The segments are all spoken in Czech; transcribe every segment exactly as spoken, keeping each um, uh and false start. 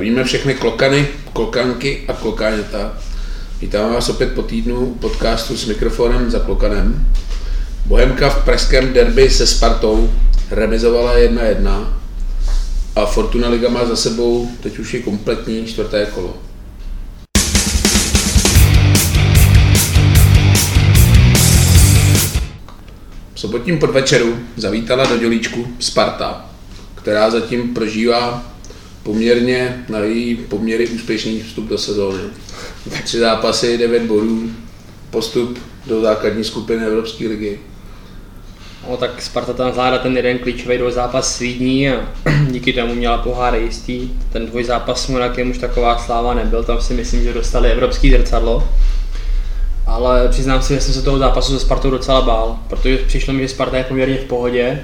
Zdravíme všechny klokany, klokanky a klokáňata. Vítáme vás opět po týdnu u podcastu s mikrofonem za klokanem. Bohemka v pražském derby se Spartou remizovala jedna jedna a Fortuna Liga má za sebou teď už je kompletní čtvrté kolo. V sobotním podvečeru zavítala do Dělíčku Sparta, která zatím prožívá poměrně na její poměry úspěšný vstup do sezóny. Tři zápasy, devět bodů, postup do základní skupiny Evropské ligy. No, tak Sparta tam zvládla ten jeden klíčový dvojzápas s Vídní a díky tomu měla pohár jistý. Ten dvojzápas s Monakem už taková sláva nebyl, tam si myslím, že dostali evropský zrcadlo. Ale přiznám si, že jsem se toho zápasu se Spartou docela bál, protože přišlo mi, že Sparta je poměrně v pohodě.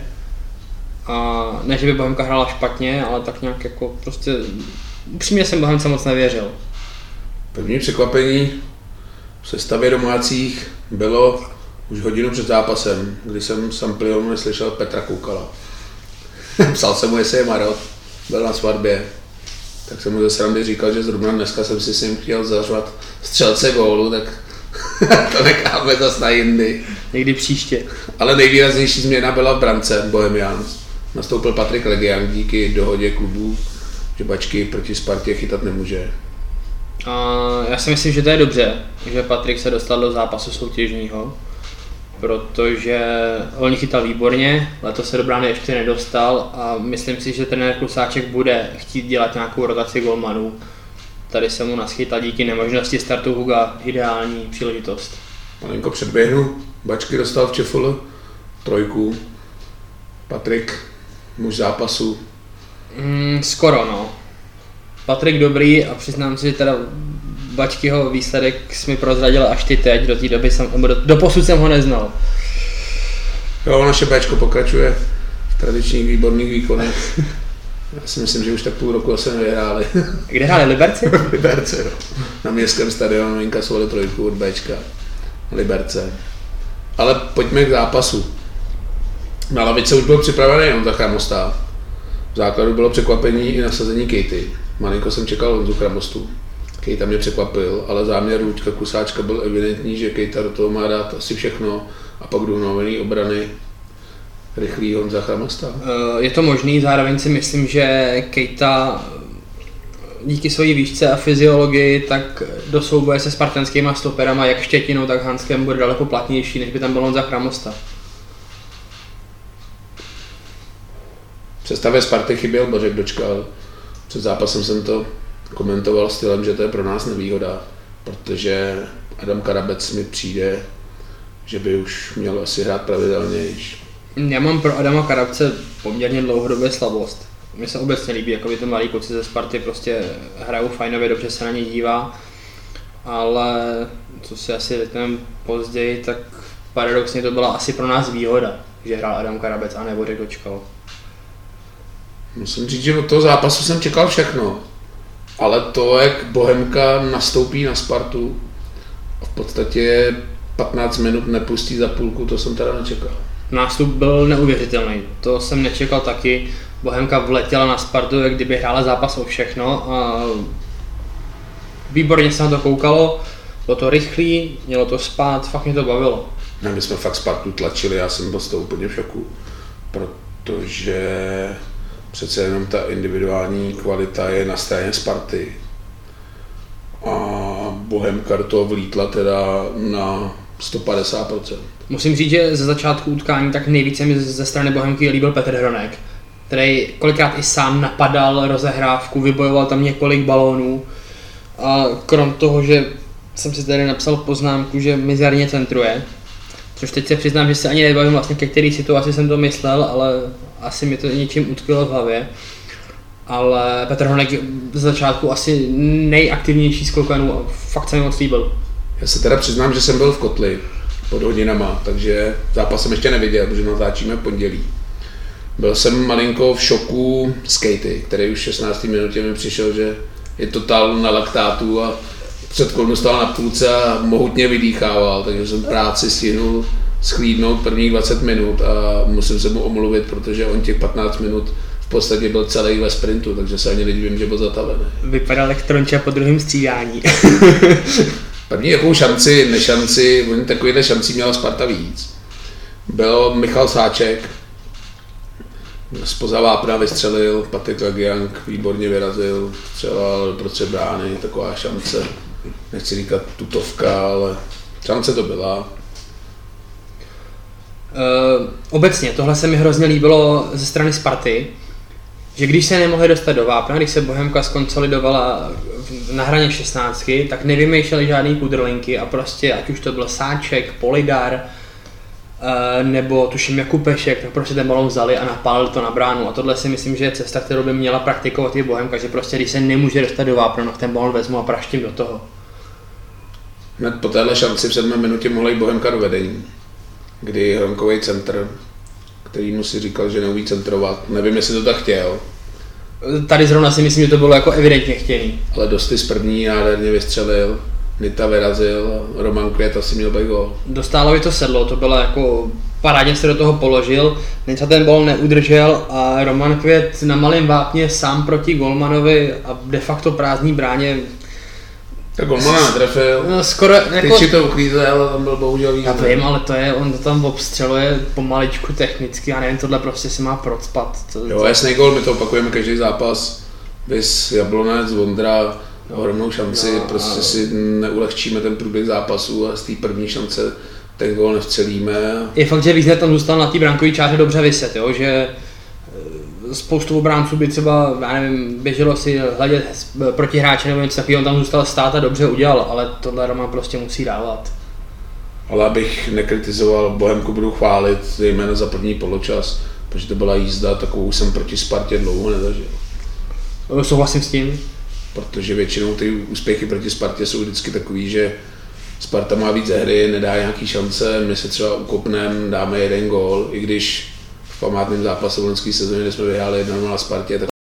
A ne, že by Bohemka hrála špatně, ale tak nějak jako prostě upřímně jsem Bohemce moc nevěřil. První překvapení v sestavě domácích bylo už hodinu před zápasem, kdy jsem z Amplionu neslyšel Petra Koukala. Psal jsem mu, jestli je Marot, byl na svatbě, tak jsem mu ze srandy říkal, že zrovna dneska jsem si s ním chtěl zařvat střelce gólu, tak to necháme zas na jindy. Někdy příště. Ale nejvýraznější změna byla v brance Bohemians. Nastoupil Patrik Legian díky dohodě klubů, že Bačky proti Spartě chytat nemůže. A já si myslím, že to je dobře, že Patrik se dostal do zápasu soutěžního, protože on chytal výborně, letos se do brány ještě nedostal a myslím si, že trenér Klusáček bude chtít dělat nějakou rotaci golmanů. Tady se mu naschytal díky nemožnosti startu Huga ideální příležitost. Malinko předběhnu, Bačky dostal v ČFL trojku, Patrik muž zápasu. Mm, skoro no. Patrik dobrý a přiznám si, že teda Bačkyho výsledek jsi mi prozradil až ty teď, do té doby jsem, nebo do, do posud jsem ho neznal. Jo, naše Bčko pokračuje v tradičních výborných výkonech. Já si myslím, že už tak půl roku asi nevyhráli. Kde hráli, Liberci? Liberce, no. Na městském stadionu inkasovali trojku od Bčka. Liberce. Ale pojďme k zápasu. Na lavice už byl připravený Honza Chramosta. V základu bylo překvapení i nasazení Kejty. Malinko jsem čekal Honzu Chramostu. Kejta mě překvapil, ale záměr Luďka Klusáčka byl evidentní, že Kejta do toho má dát asi všechno a pak do novený obrany rychlý Honza Chramosta. Je to možný, zároveň si myslím, že Kejta díky své výšce a fyziologii tak do souboje se spartanskýma stoperama, jak Štětinou, tak Hanskem, bude daleko platnější, než by tam byl Honza Chramosta. V sestavě Sparty chyběl Bořek Dočkal. Před zápasem jsem to komentoval stylem, že to je pro nás nevýhoda, protože Adam Karabec mi přijde, že by už měl asi hrát pravidelnější. Já mám pro Adama Karabce poměrně dlouhodobě slabost. Mně se obecně líbí, jako by to malý kluci ze Sparty prostě hrajou fajnově, dobře se na ně dívá, ale co si asi řekneme později, tak paradoxně to byla asi pro nás výhoda, že hrál Adam Karabec a ne Bořek Dočkal. Musím říct, že od toho zápasu jsem čekal všechno, ale to, jak Bohemka nastoupí na Spartu a v podstatě patnáct minut nepustí za půlku, to jsem teda nečekal. Nástup byl neuvěřitelný, to jsem nečekal taky. Bohemka vletěla na Spartu, jak kdyby hrála zápas o všechno a výborně se na to koukalo, bylo to rychlý, mělo to spát, fakt mě to bavilo. Ne, my jsme fakt Spartu tlačili, já jsem byl z toho úplně v šoku, protože přece jenom ta individuální kvalita je na straně Sparty a Bohemka do toho vlítla teda na sto padesát procent. Musím říct, že ze začátku utkání tak nejvíce mi ze strany Bohemky líbil Petr Hronek, který kolikrát i sám napadal rozehrávku, vybojoval tam několik balónů a krom toho, že jsem si tady napsal poznámku, že mizerně centruje, což teď se přiznám, že se ani nebavím vlastně, ke který situaci jsem to myslel, ale asi mi to něčím utkvělo v hlavě. Ale Petr Hronek z začátku asi nejaktivnější z klokanů a fakt se mi moc líbil. Já se teda přiznám, že jsem byl v kotli pod hodinama, takže zápas jsem ještě neviděl, protože natáčíme v pondělí. Byl jsem malinko v šoku z Kejty, který už v šestnácté minutě mi přišel, že je totál na laktátu a před kolnou stál na půlce a mohutně vydýchával, takže jsem práci stihnul schlídnout prvních dvacet minut a musím se mu omluvit, protože on těch patnáct minut v podstatě byl celý ve sprintu, takže se ani nedivím, že byl zatavený. Vypadal jak Tronča po druhém střídání. První jakou šanci, nešanci, oni takovýhle šancí měla Sparta víc. Byl Michal Sáček, spoza vápna vystřelil, Patrik Legiank výborně vyrazil, střelal prostřed brány, taková šance, nechci říkat tutovka, ale šance to byla. Uh, obecně, tohle se mi hrozně líbilo ze strany Sparty, že když se nemohli dostat do vápna, když se Bohemka skonsolidovala na hraně šestnáctky, tak nevymýšleli žádný kudrlinky a prostě, ať už to byl Sáček, Polidar, nebo tuším Jakubešek, tak prostě ten balón vzali a napálili to na bránu. A tohle si myslím, že je cesta, kterou by měla praktikovat i Bohemka, že prostě když se nemůže dostat do vápna, tak ten balón vezmu a praštím do toho. Hned po téhle šanci v sedmé minutě mohla jít Bohemka do vedení, kdy Hronkovej centr, který mu si říkal, že neumí centrovat, nevím, jestli to tak chtěl. Tady zrovna si myslím, že to bylo jako evidentně chtěný. Ale Dosti z první nádherně vystřelil, Nita vyrazil a Roman Květ asi měl být gól. Dostálovi to sedlo, to bylo jako parádně se do toho položil, Nita ten bol neudržel a Roman Květ na malém vápně sám proti golmanovi a de facto prázdný bráně. Tak golmana netrefil, no, skoro jako... Tyči to uklízel, ale tam byl bohužel víc. Já vím, ale to je, on to tam obstřeluje pomaličku technicky, já nevím, tohle prostě se má procpat. To, jo, jasný gól, my to opakujeme každý zápas, vys Jablonec, Vondra, ohromnou šanci, no, prostě a... si neulehčíme ten průběh zápasu a z té první šance ten gól nevstřelíme. Je fakt, že Vízner tam zůstal na té brankové čáře dobře vyset, jo, že spoustu obránců by třeba, já nevím, běželo si hledět proti hráče nebo něco takového, on tam zůstal stát a dobře udělal, ale tohle Roman prostě musí dávat. Ale abych nekritizoval, Bohemku budu chválit, zejména za první poločas, protože to byla jízda, takovou jsem proti Spartě dlouho nezažil. Souhlasím s tím. Protože většinou ty úspěchy proti Spartě jsou vždycky takový, že Sparta má víc hry, nedá nějaký šance, my se třeba ukopneme, dáme jeden gól, i když v památném zápase v loňské sezóně, kde jsme vyhráli jedna nula na Spartě, tak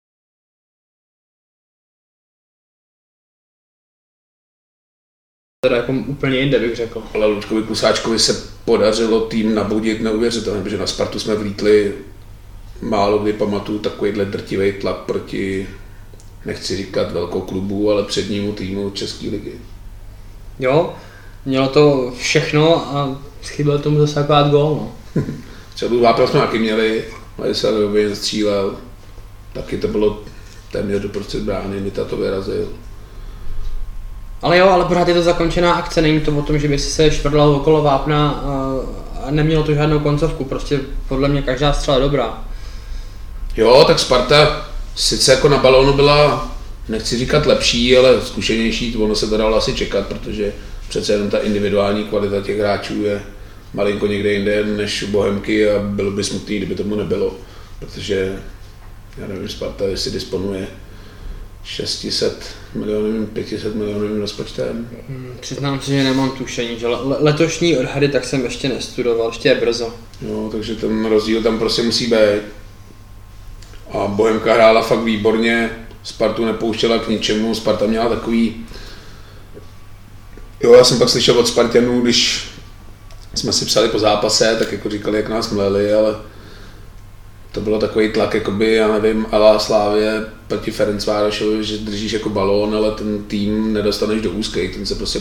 teda jako úplně jinde, bych řekl. Ale Luďkovi Klusáčkovi se podařilo tým nabudit neuvěřitelně, protože na Spartu jsme vlítli, málo kdy pamatuju takovýhle drtivý tlak proti, nechci říkat velkou klubu, ale přednímu týmu České ligy. Jo, mělo to všechno a chyběl tomu zase akorát gól, no. Třeba Vápna jsme taky měli, Ladislav střílel, taky to bylo téměř do prostřed brány, Nita to vyrazil. Ale jo, ale pořád je to zakončená akce, není to o tom, že by si se švrdlal okolo vápna a nemělo to žádnou koncovku, prostě podle mě každá střela dobrá. Jo, tak Sparta sice jako na balónu byla, nechci říkat lepší, ale zkušenější, ono se to dalo asi čekat, protože přece jenom ta individuální kvalita těch hráčů je malinko někde jinde než u Bohemky a bylo by smutný, kdyby tomu nebylo, protože já nevím, Sparta jestli disponuje šest set milionovým, pět set milionovým rozpočtem. Hmm, přiznám si, že nemám tušení, že le- letošní odhady tak jsem ještě nestudoval, ještě je brzo. Jo, takže ten rozdíl tam prostě musí být. A Bohemka hrála fakt výborně, Spartu nepouštěla k ničemu, Sparta měla takový... Jo, já jsem pak slyšel od Spartanů, když jsme si psali po zápase, tak jako říkali, jak nás mleli, ale to bylo takový tlak, jakoby, já nevím, ala Slávě proti Ferencvárošovi, že držíš jako balón, ale ten tým nedostaneš do úzkej, ten se prostě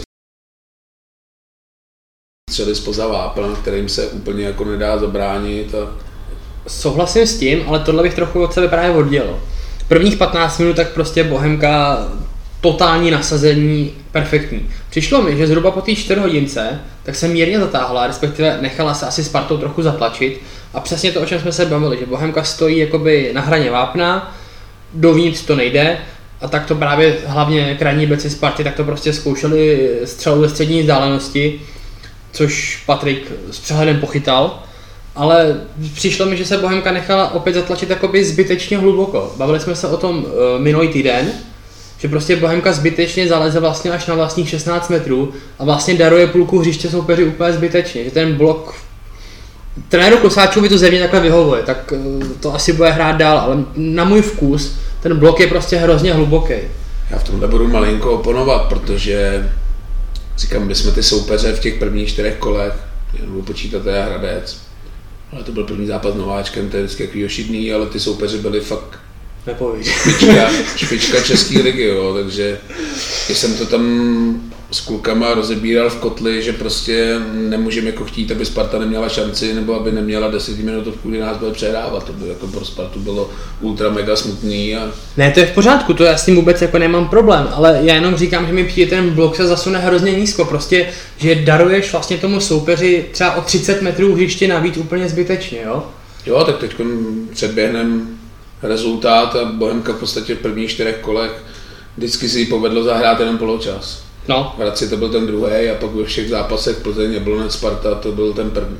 střeli spoza vápna, kterým se úplně jako nedá zabránit. A... Souhlasím s tím, ale tohle bych trochu od sebe právě oddělil. Prvních patnáct minut tak prostě Bohemka totální nasazení, perfektní. Přišlo mi, že zhruba po té čtyři hodince tak se mírně zatáhla, respektive nechala se asi Spartou trochu zatlačit a přesně to, o čem jsme se bavili, že Bohemka stojí jakoby na hraně vápna, dovnitř to nejde a tak to právě hlavně krajní beci Sparty tak to prostě zkoušeli střelu ze střední vzdálenosti, což Patrik s přehledem pochytal, ale přišlo mi, že se Bohemka nechala opět zatlačit jakoby zbytečně hluboko. Bavili jsme se o tom uh, minulý týden, že prostě Bohemka zbytečně zaleze vlastně až na vlastních šestnáct metrů a vlastně daruje půlku hřiště soupeři úplně zbytečně, že ten blok trenéru Kosáčovi to zevně takhle vyhovuje, tak to asi bude hrát dál, ale na můj vkus ten blok je prostě hrozně hluboký. Já v tomhle budu malinko oponovat, protože říkám, my jsme ty soupeře v těch prvních čtyřech kolech, jenom počítat je Hradec, Ale to byl první zápas s nováčkem, to je vždycky takový ošidný, ale ty soupeři byli fakt Nepovíď. špička, špička české ligy, jo, takže když jsem to tam s klukama rozebíral v kotli, že prostě nemůžeme jako chtít, aby Sparta neměla šanci, nebo aby neměla desetiminutovku, kdy nás bude přehrávat. To by jako pro Spartu bylo ultra mega smutný. A... Ne, to je v pořádku, to já s tím vůbec jako nemám problém, ale já jenom říkám, že mi přijde ten blok se zasune hrozně nízko, prostě, že daruješ vlastně tomu soupeři třeba o třicet metrů hřiště navíc úplně zbytečně, jo? Jo, tak teď předběhnem rezultát a Bohemka v podstatě v prvních čtyřech kolech vždycky si jí povedlo zahrát jenom poločas. No. V Hradci to byl ten druhý a pak ve všech zápasech Plzeň, Jablonec, Sparta to byl ten první.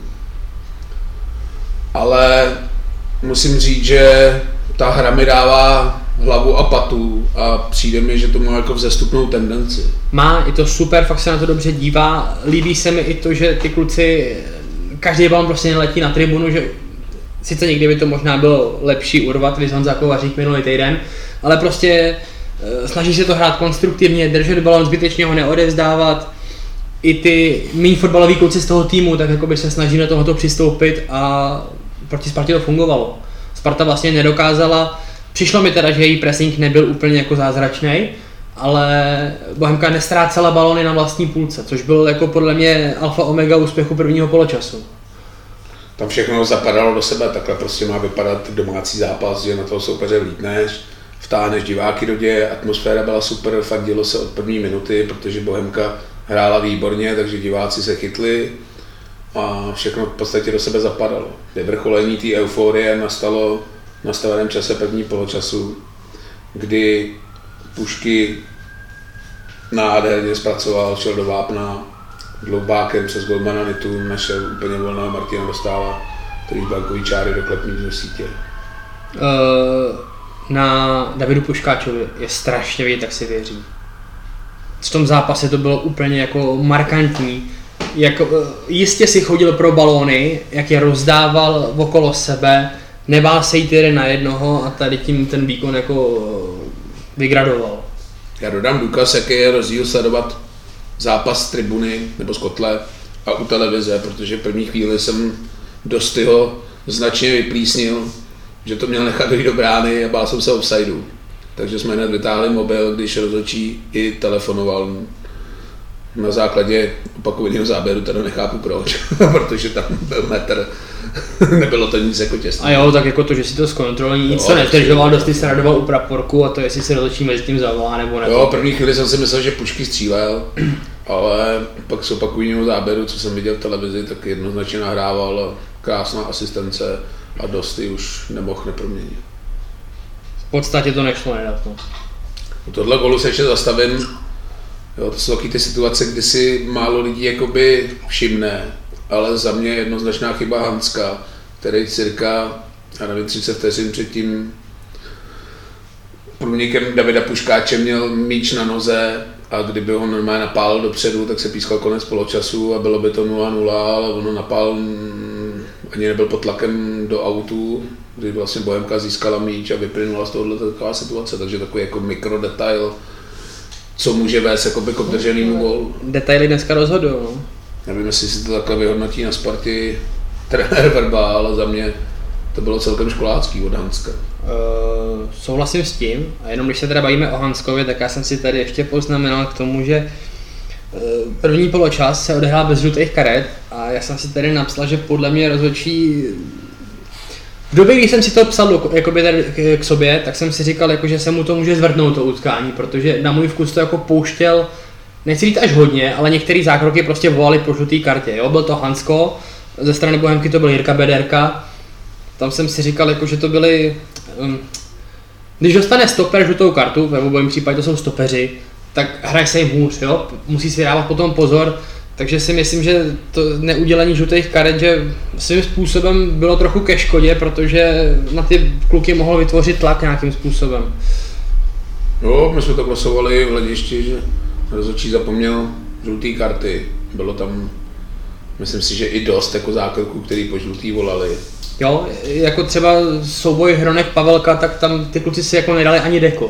Ale musím říct, že ta hra mi dává hlavu a patu a přijde mi, že to má jako vzestupnou tendenci. Má, je to super, fakt se na to dobře dívá, líbí se mi i to, že ty kluci, každý balon prostě neletí na tribunu, že sice někdy by to možná bylo lepší urvat, když Honza Kovařík minulý týden, ale prostě snaží se to hrát konstruktivně, držet balon, zbytečně ho neodevzdávat. I ty méně fotbaloví kluci z toho týmu, tak jako by se snaží na tohoto přistoupit a proti Spartě to fungovalo. Sparta vlastně nedokázala, přišlo mi teda, že její pressing nebyl úplně jako zázračný, ale Bohemka nestrácela balony na vlastní půlce, což byl jako podle mě alfa omega úspěchu prvního poločasu. Tam všechno zapadalo do sebe, takhle prostě má vypadat domácí zápas, že na toho soupeře vlítneš, vtáhneš diváky do děje, atmosféra byla super, fakt dělo se od první minuty, protože Bohemka hrála výborně, takže diváci se chytli a všechno v podstatě do sebe zapadalo. Vyvrcholení té euforie nastalo na staveném čase první poločasu, kdy Pušky nádherně zpracoval, šel do vápna, dloubákem přes golmana Nitu našel úplně volného Martina Dostála, který bankový čáry doklepní do sítě. Uh... Na Davidu Puškáčovi je strašně vidět, jak si věří. V tom zápase to bylo úplně jako markantní. Jak, jistě si chodil pro balóny, jak je rozdával okolo sebe, nebál se jít jeden na jednoho a tady tím ten výkon jako vygradoval. Já dodám důkaz, jaký je rozdíl sledovat zápas z tribuny nebo z kotle a u televize, protože v první chvíli jsem dost ho značně vyplísnil, že to měl nechat dojít do brány a bál jsem se offsideu. Takže jsme hned vytáhli mobil, když rozhodčí i telefonoval. Na základě opakovaného záběru teda nechápu proč, protože tam byl metr, nebylo to nic jako těsné. A jo, tak jako to, že si to zkontroluje, nic jo, to nezdržoval, dost se radoval u praporku a to jestli se rozhodčí mezi tím zavolá nebo ne. Jo, první chvíli jsem si myslel, že Pušky střílel, ale pak z opakovaného záběru, co jsem viděl v televizi, tak jednoznačně nahrával, krásná asistence a Dosty už nemohl neproměnit. V podstatě to nešlo nedat. No. U tohle golu se ještě zastavím. Jo, to jsou taky ty situace, kdy si málo lidí jakoby všimne, ale za mě jednoznačná chyba Hanska, který cirka, já nevím, třicet vteřin před tím průnikem Davida Puškáče měl míč na noze a kdyby ho normálně napálil dopředu, tak se pískal konec poločasu a bylo by to nula nula, ale ono napál ani nebyl pod tlakem do autu, kdy vlastně Bohemka získala míč a vyplynula z tohohle taková situace, takže takový jako mikrodetail, co může vést jakoby k obdrženému gólu. Detaily dneska rozhodují. No. Nevím, jestli si to takhle vyhodnotí na Spartě trenér Vrba, ale za mě to bylo celkem školácký od Hanska. Uh, souhlasím s tím, a jenom když se teda bavíme o Hanskovi, tak já jsem si tady ještě poznamenal k tomu, že uh, první poločas se odehrál bez žlutých karet a já jsem si tady napsal, že podle mě rozhodčí v době, když jsem si to psal jakoby tady k sobě, tak jsem si říkal, jako, že se mu to může zvrtnout to utkání, protože na můj vkus to jako pouštěl, nechci říct až hodně, ale některé zákroky prostě volali po žlutý kartě. Jo? Byl to Hansko, ze strany Bohemky to byl Jirka Bederka, tam jsem si říkal, jako, že to byly, um, když dostane stoper žlutou kartu, ve obojím případě to jsou stopeři, tak hraje se jim hůř, jo? Musí si dávat potom pozor. Takže si myslím, že to neudělení žlutých karet, že svým způsobem bylo trochu ke škodě, protože na ty kluky mohl vytvořit tlak nějakým způsobem. Jo, my jsme to klasovali v hledišti, že rozhodčí zapomněl žlutý karty. Bylo tam, myslím si, že i dost jako zákroků, který po žlutý volali. Jo, jako třeba souboj Hronek Pavelka, tak tam ty kluci si jako nedali ani deko.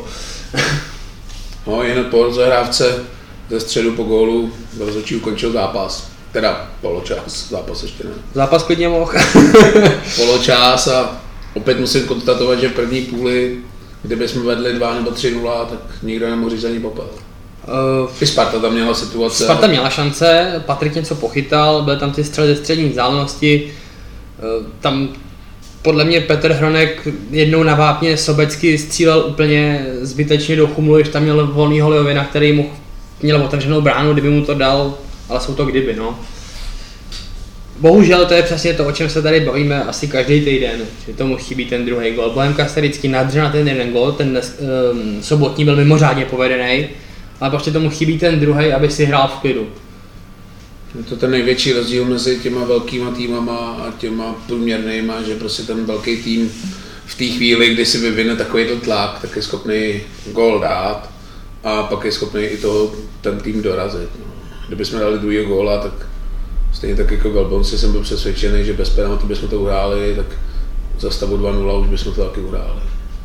No, jen po rozehrávce ze středu po gólu rozhodčí ukončil zápas. teda poločas, zápas ještě ne. Zápas klidně mohl. Poločas a opět musím konstatovat, že v první půli, kdyby jsme vedli dva nebo tři nula, tak nikdo nemohl říct ani popel. Uh, I Sparta tam měla situace. Sparta měla šance, Patrik něco pochytal, byly tam ty střely ze střední vzdálenosti. Uh, tam podle mě Petr Hronek jednou na vápně sobecky střílel úplně zbytečně do chumlu, když tam měl volnýho Liovina, který mu měl otevřenou bránu, kdyby mu to dal, ale jsou to kdyby, no. Bohužel to je přesně to, o čem se tady bavíme asi každý týden, že tomu chybí ten druhý gol. Bohemka se vždycky nadře na ten jeden gol, ten dnes, um, sobotní byl mimořádně povedený, ale prostě tomu chybí ten druhý, aby si hrál v klidu. Je to ten největší rozdíl mezi těma velkýma týmama a těma průměrnýma, že prostě ten velký tým v té chvíli, kdy si vyvine takovýto tlak, tak je schopný gól dát a pak je schopný i toho ten tým dorazit. Kdybychom dali druhý góla, tak stejně tak jako Velbonci jsem byl přesvědčený, že bez penalty bychom to uhráli, tak za stavu dva nula už bychom to taky uhráli.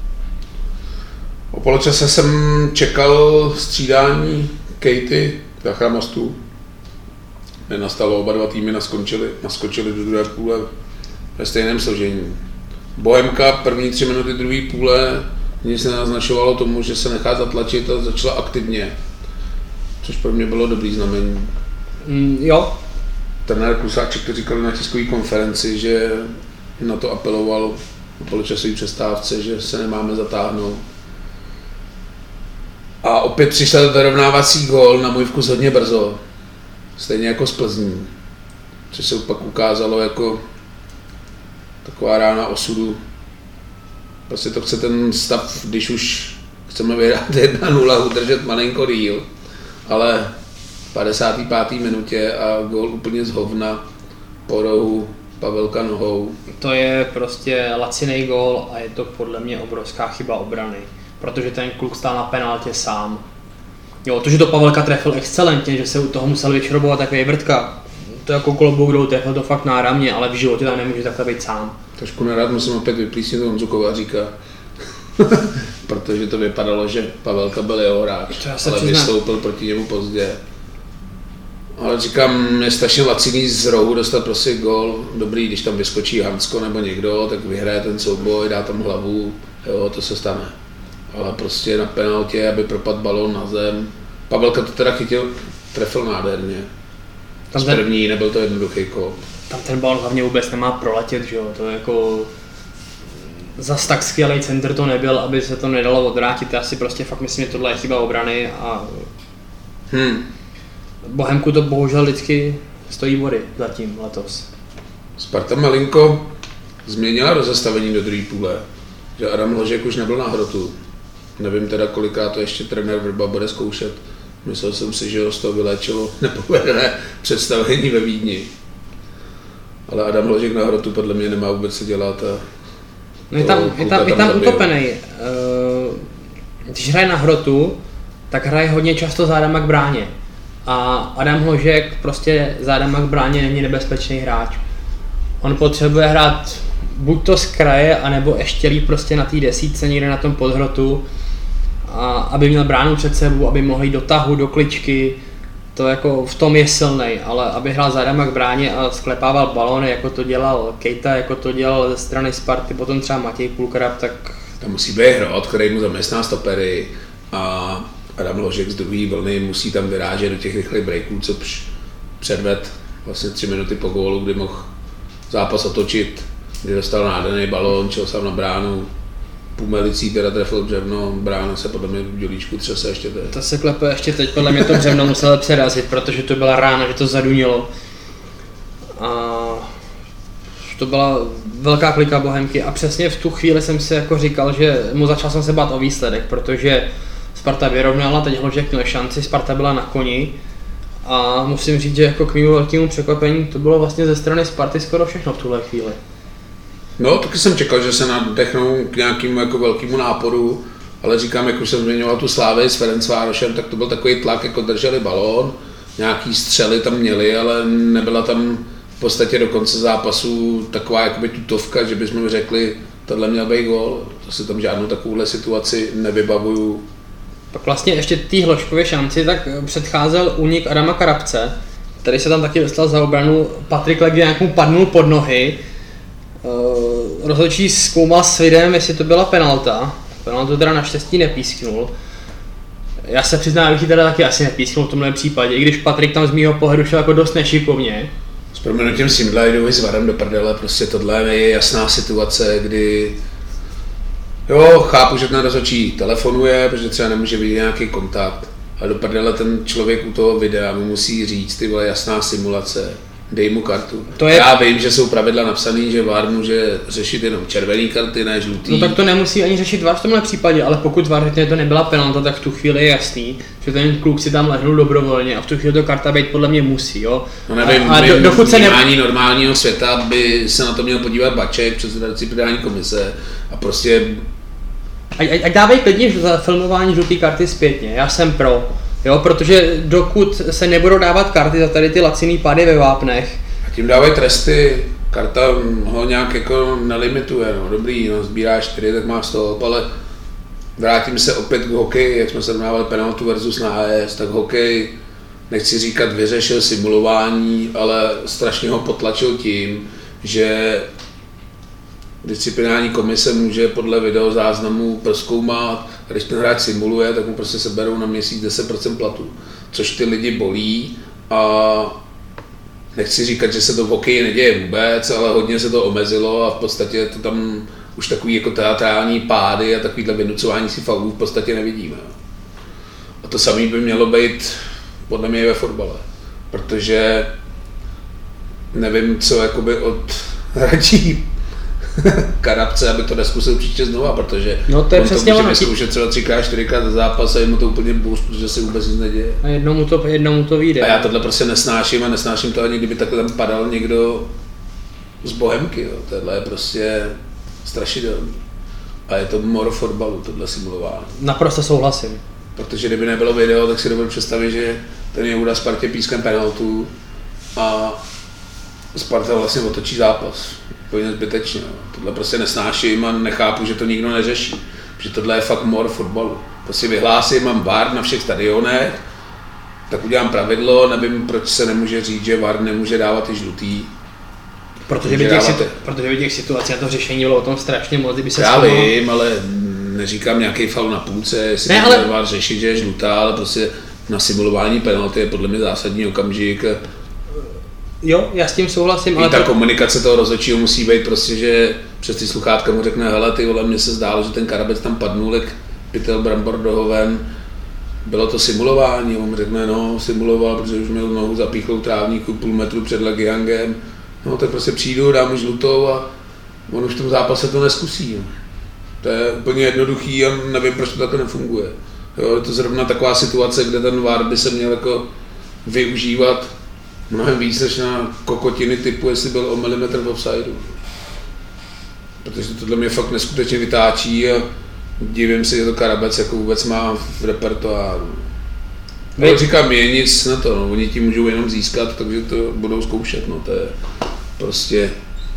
O poločase jsem čekal střídání Kejty, Kachra Mostu. Nenastalo, oba dva týmy naskočili, naskočili do druhé půle ve stejném složení. Bohemka první tři minuty druhé půle nic nenaznačovalo tomu, že se nechá zatlačit a začala aktivně, což pro mě bylo dobrý znamení. Mm, jo. Trenér Klusáček to říkal na tiskové konferenci, že na to apeloval po poločasové přestávce, že se nemáme zatáhnout. A opět přišel vyrovnávací gól na můj vkus hodně brzo, stejně jako z Plzní, což se pak ukázalo jako taková rána osudu. Prostě to chce ten stav, když už chceme vyhrát jedna nula, udržet malinko díl, ale v padesáté páté minutě a gól úplně z hovna po rohu Pavelka nohou. To je prostě lacinej gól a je to podle mě obrovská chyba obrany, protože ten kluk stál na penaltě sám. Jo, to, že to Pavelka trefil excelentně, že se u toho musel vyšrobovat takový vrtka, to jako klobouk dolů, trefil to fakt náramně, ale v životě tam nemůže takhle být sám. Trošku nerad musím opět vyplísnit Honzu Kovaříka, protože to vypadalo, že Pavelka byl jeho hráč, ale vystoupil proti němu pozdě. Ale říkám, je strašně laciný z rohu dostat prostě gól, dobrý, když tam vyskočí Hansko nebo někdo, tak vyhraje ten souboj, dá tam hlavu, jo, to se stane. Ale prostě na penaltě, aby propadl balón na zem. Pavelka to teda chytil, trefil nádherně. Tam ten, z první, nebyl to jednoduchý kop. Tam ten balón hlavně vůbec nemá proletět, že jo, to je jako... Zas tak skvělý center to nebyl, aby se to nedalo odvrátit, já si prostě fakt myslím, že tohle je chyba obrany a... Hmm. Bohemku to bohužel vždycky stojí vody zatím letos. Sparta malinko změnila rozestavení do druhé půle, že Adam Hložek už nebyl na hrotu. Nevím teda, kolikrát to ještě trenér Vrba bude zkoušet. Myslel jsem si, že ho z toho vyléčilo nepovedené představení ve Vídni. Ale Adam Hložek na hrotu podle mě nemá vůbec co dělat a no je tam, je tam, je tam utopený. Když hraje na hrotu, tak hraje hodně často zádama k bráně. A Adam Hložek prostě zádama k bráně není nebezpečný hráč. On potřebuje hrát buď to z kraje, anebo ještě líp prostě na té desítce někde na tom podhrotu, a aby měl bránu před sebou, aby mohl jít do tahu, do kličky, to jako v tom je silnej, ale aby hrál zádama k bráně a sklepával balony, jako to dělal Kejta, jako to dělal ze strany Sparty, potom třeba Matěj Pulkrab, tak... Tam musí být hrot, který mu zaměstná stopery a Adam Hložek z druhé vlny musí tam vyrážet do těch rychlých breaků, co předved vlastně tři minuty po gólu, kdy mohl zápas otočit, kdy dostal nádherný balón, čel sám na bránu, Pumelicí teda trefil břevno, brána se podle mě v dělíčku třese ještě teď. To se klepe ještě teď, podle mě to břevno muselo přerazit, protože to byla rána, že to zadunilo. A to byla velká klika Bohemky a přesně v tu chvíli jsem si jako říkal, že mu začal jsem se bát o výsledek, protože Sparta vyrovnala, teď Hložek měl šanci, Sparta byla na koni a musím říct, že jako k mému velkému překvapení to bylo vlastně ze strany Sparty skoro všechno v tuhle chvíli. No, taky jsem čekal, že se nadechnou k nějakému jako velkému náporu, ale říkám, jak už jsem zmiňoval tu Slávy s Ferencvárošem, tak to byl takový tlak, jako drželi balón, nějaký střely tam měli, ale nebyla tam v podstatě do konce zápasu taková jakoby tutovka, že bychom řekli, tohle měl být gól, zase tam žádnou takovouhle situaci nevybavuju. Pak vlastně ještě té Hložkově šanci tak předcházel únik Adama Karabce, Tady se tam taky dostal za obranu, Patrik Legiang mu padnul pod nohy. Uh, rozhodčí zkoumal s videem, jestli to byla penalta. Penaltu teda naštěstí nepísknul. Já se přiznám, že teda taky asi nepísknul v tomhle případě, i když Patrik tam z mýho pohledu šel jako dost nešikovně. S proměnutím Simdla jdou i s varem do prdele, prostě tohle je jasná situace, kdy jo, chápu, že ten rozhodčí telefonuje, protože třeba nemůže vidět nějaký kontakt, ale do prdele ten člověk u toho videa mu musí říct, ty vole, jasná simulace, dej mu kartu. To je... Já vím, že jsou pravidla napsané, že V A R může řešit jenom červený karty, ne žlutý. No tak to nemusí ani řešit V A R v tomhle případě, ale pokud V A R řekne, že to nebyla penalta, tak v tu chvíli je jasný, že ten kluk si tam lehnul dobrovolně a v tu chvíli to karta být podle mě musí, jo. No nevím, a, a do, dokud se ne... normálního světa by se na to měl podívat Baček, předseda disciplinární komise a prostě... Ať, ať dávají klidně za filmování žluté karty zpětně, já jsem pro, jo, protože dokud se nebudou dávat karty za tady ty laciný pády ve vápnech. A tím dávají tresty, karta ho nějak jako nelimituje, no dobrý, no sbírá čtyři, tak má stop, ale vrátím se opět k hokeji, jak jsme se dávali penaltu versus na A S, tak hokej, nechci říkat vyřešil simulování, ale strašně ho potlačil tím, že disciplinární komise může podle videozáznamu prozkoumat, a když ten hráč simuluje, tak mu prostě seberou na měsíc deset procent platu, což ty lidi bolí a nechci říkat, že se to v hokeji neděje vůbec, ale hodně se to omezilo a v podstatě to tam už takový jako teatrální pády a takovýhle vynucování si faulů v podstatě nevidíme. A to samé by mělo být podle mě ve fotbale, protože nevím, co jakoby od hráčí Karabce, aby to neskusil příště znova, protože no to je on přesně to může vyzkoušet třeba třikrát, čtyřikrát za zápas a je mu to úplně bůř, protože se vůbec nic neděje. A jednou mu to, jednou mu to vyjde. A já tohle prostě nesnáším a nesnáším to ani kdyby takhle tam padal někdo z Bohemky, jo. Tohle je prostě strašidelný. A je to mor fotbalu, tohle simulování. Naprosto souhlasím. Protože kdyby nebylo video, tak si dovedu představit, že ten Jouda Spartě pískem penaltu a Sparta vlastně otočí zápas. Úplně zbytečně. Tohle prostě nesnáším a nechápu, že to nikdo neřeší. Protože tohle je fakt mor fotbalu. Prostě vyhlásím, mám V A R na všech stadionech, tak udělám pravidlo, nevím, proč se nemůže říct, že V A R nemůže dávat i žlutý. Protože by, těch situ- protože by těch situací na to řešení bylo o tom strašně moc, kdyby se já stalo... vím, ale neříkám nějaký faul na půlce, jestli ne, ale... V A R řešit, že je žlutá, ale prostě na simulování penalty je podle mě zásadní okamžik. Jo, já s tím souhlasím, ale... I ta to... komunikace toho rozhodčího musí být prostě, že přes ty sluchátka mu řekne, hele ty vole, mně se zdálo, že ten Karabec tam padnul, jak pytel brambor do hoven. Bylo to simulování, on mu řekne, no, simuloval, protože už měl nohu zapíchlou trávníku půl metru před Legiangem. No, tak prostě přijdu, dám mu žlutou a on už v tom zápase to neskusí. No. To je úplně jednoduchý a nevím, proč to takhle nefunguje. Jo, je to zrovna taková situace, kde ten V A R by se měl jako využívat mnohem víc než na kokotiny typu, jestli byl o milimetr v offsideu. Protože tohle mě fakt neskutečně vytáčí a divím se, že to Karabec jako vůbec má v repertoáru. Ale říkám, je nic na to, no. Oni ti můžou jenom získat, takže to budou zkoušet, no. To je prostě...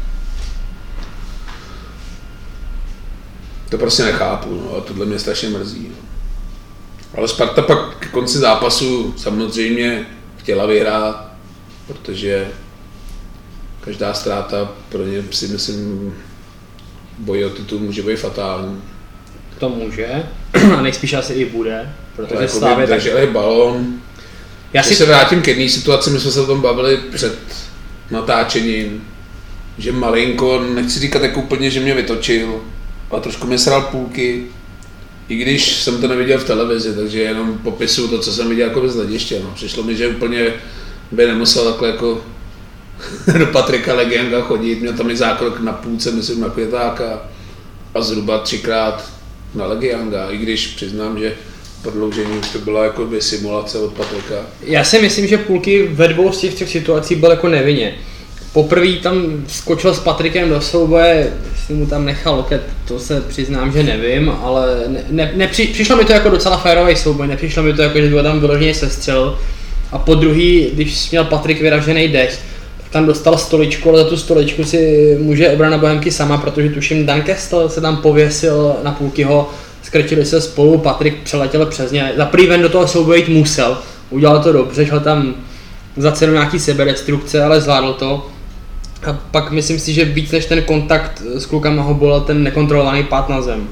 To prostě nechápu, no. A tohle mě strašně mrzí. No. Ale Sparta pak k konci zápasu samozřejmě chtěla vyhrát, protože každá ztráta pro ně si myslím boj o titul může být fatální. To může a nejspíš asi i bude, protože jako Slávě tak... drželi balón. Já si se vrátím k jedné situaci, my jsme se o tom bavili před natáčením, že malinko, nechci říkat jako úplně, že mě vytočil, ale trošku mě sral půlky, i když jsem to neviděl v televizi, takže jenom popisuju to, co jsem viděl jako z hlediště. No. Přišlo mi, že úplně by nemusel takhle jako do Patrika Legianga chodit, měl tam i zákrok na půlce, myslím na Květáka a zhruba třikrát na Legianga, i když přiznám, že prodloužení už to byla jako by simulace od Patrika. Já si myslím, že půlky ve dvou z těch třech situací byl jako nevinně. Poprvé tam skočil s Patrikem do souboje, jestli mu tam nechal loket, to se přiznám, že nevím, ale ne, ne, nepři, přišlo mi to jako docela férový souboj, nepřišlo mi to jako, že by tam vyloženě sestřelil. A po druhý, když měl Patrik vyražený dech, tak tam dostal stoličku, ale za tu stoličku si může obrana Bohemky sama, protože tuším Dan Kestel se tam pověsil na Půlkyho, skrčili se spolu, Patrik přeletěl přes ně. Za prvý ven do toho souboje jít musel, udělal to dobře, šel tam za cenu nějaký sebedestrukce, ale zvládl to. A pak myslím si, že víc než ten kontakt s klukama ho bolel ten nekontrolovaný pád na zem.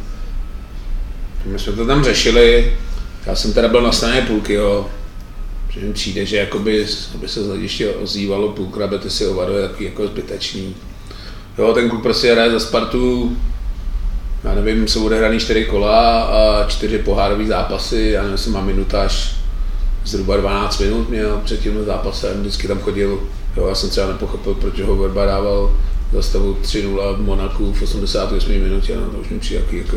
My jsme to tam řešili, já jsem teda byl na straně půlky, jo. Že mi přijde, že jakoby, aby se z hlediště ozývalo Půlkrabe, ty si Ovado je takový jako zbytečný. Jo, ten kluk prostě hraje za Spartu, já nevím, jsou odehraný čtyři kola a čtyři pohárový zápasy, já nevím, jestli má minutáž zhruba dvanáct minut měl před tím zápasem, vždycky tam chodil. Jo, já jsem třeba nepochopil, proč ho Verba dával za stavu tři nula v Monaku v osmdesáté osmé minutě, no to už mi přijde jako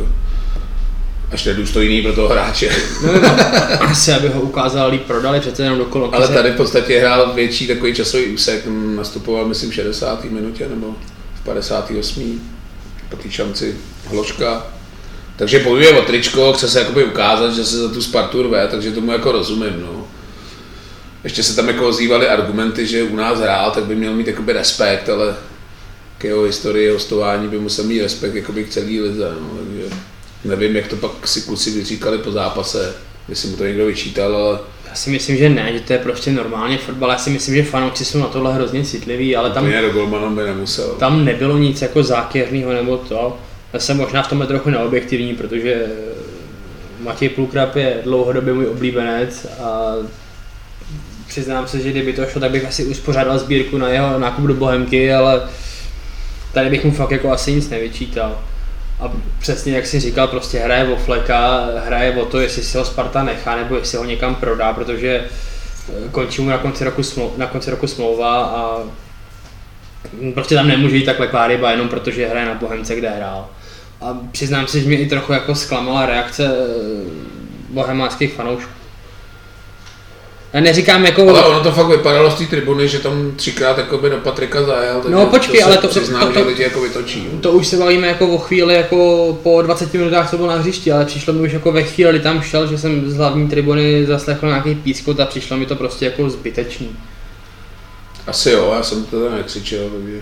až nedůstojný pro toho hráče. No, asi aby ho ukázal, líp prodali, přece jenom do kolo. Ale tady v podstatě hrál větší takový časový úsek, nastupoval myslím v šedesáté minutě nebo v padesáté osmé po té šanci Hloška. Takže bojuje o tričko, chce se jakoby ukázat, že se za tu Spartu rve, takže tomu jako rozumím. No. Ještě se tam jako ozývaly argumenty, že u nás hrál, tak by měl mít jakoby respekt, ale k jeho historii hostování by musel mít respekt jakoby k celý lize. No. Takže nevím, jak to pak si kluci vyříkali po zápase, jestli mu to někdo vyčítal, ale... Já si myslím, že ne, že to je prostě normálně fotbal, já si myslím, že fanoušci jsou na tohle hrozně citliví, ale tam... do golmana by nemusel. Tam nebylo nic jako zákeřného nebo to. Já jsem možná v tomhle trochu neobjektivní, protože Matěj Půlkrab je dlouhodobě můj oblíbenec a přiznám se, že kdyby to šlo, tak bych asi uspořádal sbírku na jeho nákup do Bohemky, ale tady bych mu fakt jako asi nic nevyčítal. A přesně jak jsi říkal, prostě hraje o fleka, hraje o to, jestli si ho Sparta nechá nebo jestli ho někam prodá, protože končí mu na konci roku, smlou, na konci roku smlouva a prostě tam nemůže jít takhle kláryba jenom protože hraje na Bohemce, kde hrál. A přiznám si, že mě i trochu jako zklamala reakce bohemáckých fanoušků. Já neříkám jako... Ale ono to fakt vypadalo z té tribuny, že tam třikrát jakoby do Patrika zajel, takže no, počkej, to ale to, přiznám, to, to, že lidi jako vytočí. To už se bavíme jako o chvíli, jako po dvaceti minutách, co byl na hřišti, ale přišlo mi už jako ve chvíli, kdy tam šel, že jsem z hlavní tribuny zaslechl nějaký pískot a přišlo mi to prostě jako zbytečný. Asi jo, já jsem to tam nekřičel, takže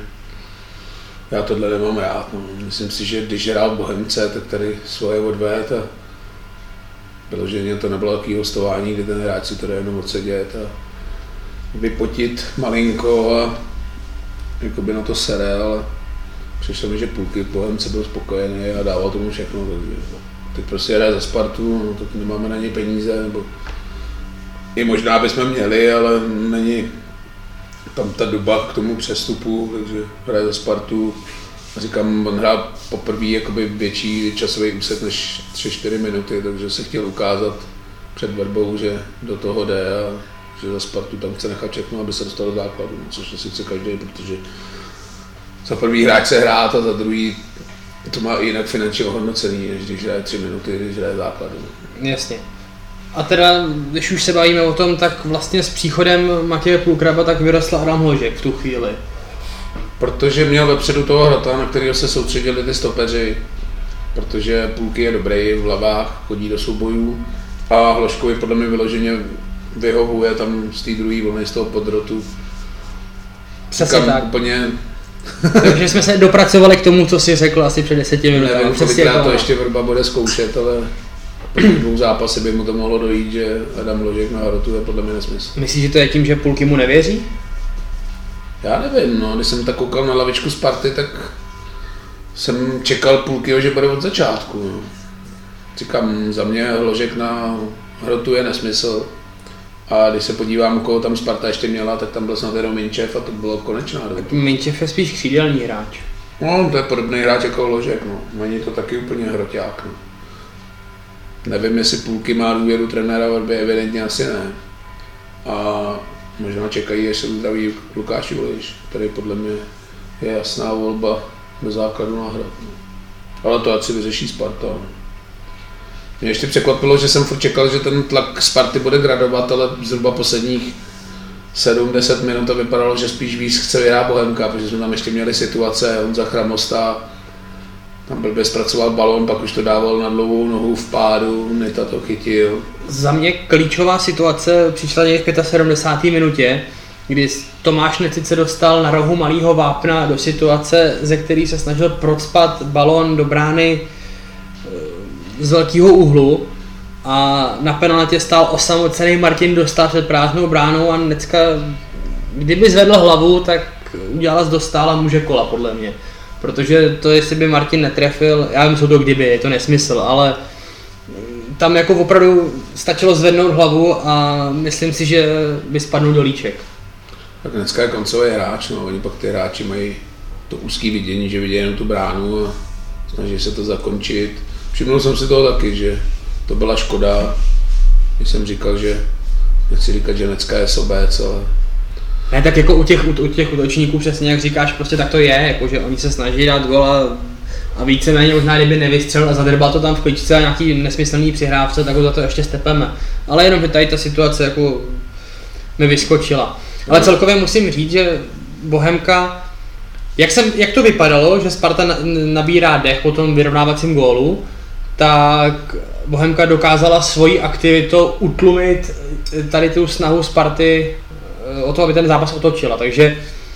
já tohle nemám rád. No. Myslím si, že když hrál v Bohemce, tak tady svoje odvést a vyloženě to nebylo takové hostování, kdy ten hráč si to jde jenom odsedět a vypotit malinko a jakoby na to sere, ale přišlo mi, že půlky v Bohemce byl spokojený a dával tomu všechno, takže teď prostě hraje za Spartu, no, tak nemáme na něj peníze, nebo i možná bychom měli, ale není tam ta doba k tomu přestupu, takže hraje za Spartu. A říkám, on hrál poprvé jakoby větší časový úsek než tři čtyři minuty, takže se chtěl ukázat před Verbou, že do toho jde a že za Spartu tam chce nechat všechno, aby se dostal do základu, což asi chce každý, protože za první hráč se hrát a za druhý to má i jinak finančně ohodnocený, než když hraje tři minuty, když hraje základu. Jasně. A teda, když už se bavíme o tom, tak vlastně s příchodem Matěje Půlkraba tak vyrostl Adam Hložek v tu chvíli. Protože měl vepředu toho hrota, na kterého se soustředili ty stopeři, protože Půlky je dobrý v hlavách, chodí do soubojů a Hložkovi podle mě vyloženě vyhovuje tam z té druhé vlny, z toho podrotu. Přesně tak. Úplně... Takže jsme se dopracovali k tomu, co jsi řekl asi před deseti minutami. Nevím, kolikrát to ještě Vrba bude zkoušet, ale po dvou zápasy by mu to mohlo dojít, že Adam Hložek na hrotu je podle mě nesmysl. Myslíš, že to je tím, že Půlky mu nevěří? Já nevím, no, když jsem tak koukal na lavičku Sparty, tak jsem čekal Půlkyho, že bude od začátku. No. Říkám, za mě Hložek na hrotu je nesmysl. A když se podívám, koho tam Sparta ještě měla, tak tam byl snad jenom Minčev a to bylo konečná doba. Minčev je spíš křídelní hráč. No, to je podobný hráč jako Hložek, no. Není to taky úplně hroťák, no. Nevím, jestli Půlky má důvěru trenéra Verby, evidentně asi ne. A možná čekají, až se uzdraví Lukáš Juliš, který podle mě je jasná volba do základu na hrad. No. Ale to ať si vyřeší Sparta. No. Mě ještě překvapilo, že jsem furt čekal, že ten tlak Sparty bude gradovat, ale zhruba posledních sedm deset minut to vypadalo, že spíš víc chce vyhrát Bohemka, protože jsme tam ještě měli situace, Honza Chramosta tam blbě zpracoval balón, pak už to dával na dlouhou nohu v pádu, Nita to chytil. Za mě klíčová situace přišla někdy v sedmdesáté páté minutě, kdy Tomáš Necice dostal na rohu malýho vápna do situace, ze který se snažil procpat balón do brány z velkého úhlu a na penaltě stál osamocený Martin Dostal před prázdnou bránou a Necka kdyby zvedl hlavu, tak udělala dostála muže kola podle mě. Protože to, jestli by Martin netrefil, já vím, co to kdyby, je to nesmysl, ale tam jako opravdu stačilo zvednout hlavu a myslím si, že by spadnul do líček. Tak dneska je koncový hráč, no, oni pak ty hráči mají to úzký vidění, že vidí jenom tu bránu a snaží se to zakončit. Všimnul jsem si toho taky, že to byla škoda, když jsem říkal, že nechci říkat, že dneska je sobec, ale... Ne, tak jako u těch, u, u těch útočníků přesně jak říkáš, prostě tak to je, jako, že oni se snaží dát gól a, a víceméně možná kdyby nevystřelil a zadrbal to tam v kličce a nějaký nesmyslný přihrávce, tak ho za to ještě stepeme. Ale jenom, že tady ta situace jako mi vyskočila. Ale celkově musím říct, že Bohemka, jak, jsem, jak to vypadalo, že Sparta nabírá dech po tom vyrovnávacím gólu, tak Bohemka dokázala svojí aktivitou utlumit tady tu snahu Sparty o to, aby ten zápas otočila. Takže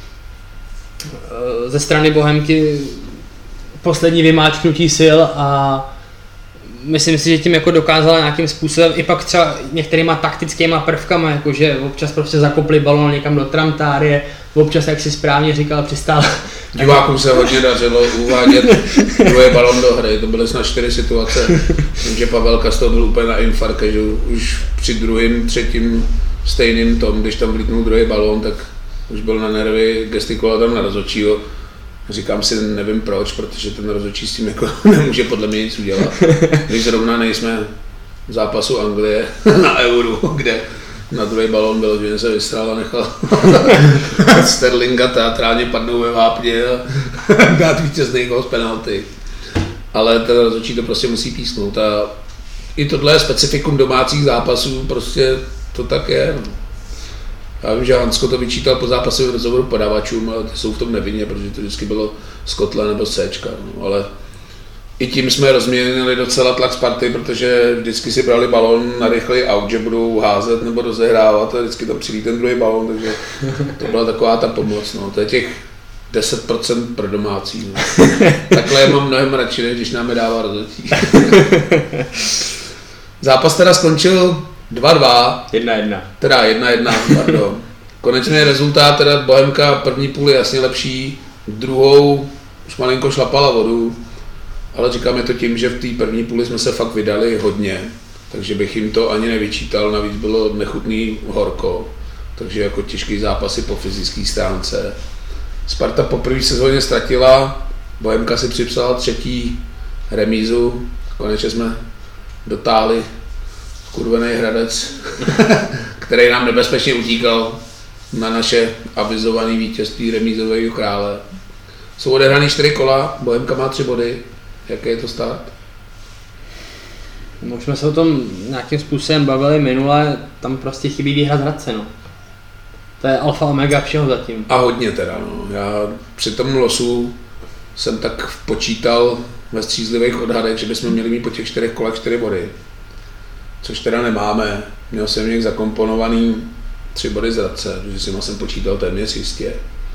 ze strany Bohemky poslední vymáčknutí sil a myslím si, že tím jako dokázala nějakým způsobem i pak třeba některýma taktickýma prvkama, jakože občas prostě zakopli balón někam do tramtárie, občas, jak si správně říkal, přistál. Divákům se hodně dařilo uvádět druhý balón do hry, to byly snad čtyři situace, že Pavelka z toho byl úplně na infarkt, že už při druhým, třetím stejným tom, když tam vlítnul druhý balón, tak už byl na nervy, gestikuloval tam na rozhodčího. Říkám si, nevím proč, protože ten rozhodčí s tím jako nemůže podle mě nic udělat. Když zrovna nejsme v zápasu Anglie na Euru, kde na druhý balón bylo, že se vystřel a nechal Sterlinga teatrálně padnout ve vápně a dát vítězný gól z penalty. Ale ten rozhodčí to prostě musí písknout a i tohle je specifikum domácích zápasů, prostě to tak je. Já vím, že Hansko to vyčítal po zápasovém rozhovoru podávačům, ale ty jsou v tom nevinně, protože to vždycky bylo z kotle nebo Cčka, no, ale i tím jsme rozměnili docela tlak Sparty, protože vždycky si brali balón na rychlej aut, že budou házet nebo rozehrávat a vždycky tam přilí ten druhý balón, takže to byla taková ta pomoc, no. To je těch deset procent pro domácí. No. Takhle je mám mnohem radši, než když nám je dává rozhodčí. Zápas teda skončil dva dva. jedna jedna. Teda jedna jedna, pardon. Konečný rezultát, teda Bohemka první půl je jasně lepší, druhou už malinko šlapala vodu, ale říkáme to tím, že v té první půli jsme se fakt vydali hodně, takže bych jim to ani nevyčítal, navíc bylo nechutný horko, takže jako těžký zápasy po fyzické stránce. Sparta po první sezóně ztratila, Bohemka si připsala třetí remízu, konečně jsme dotáhli kurvený Hradec, který nám nebezpečně utíkal na naše avizované vítězství remízového krále. Jsou odehraný čtyři kola, Bohemka má tři body. Jaký je to start? No, už jsme se o tom nějakým způsobem bavili minule, tam prostě chybí výhra z Hradce, no. To je alfa omega všeho zatím. A hodně teda, no. Já při tom losu jsem tak počítal ve střízlivých odhadech, že bychom měli mít po těch čtyřech kolech čtyři body. Což teda nemáme. Měl jsem někde zakomponovaný tři body z Hradce, protože si jsem počítal téměř jistě.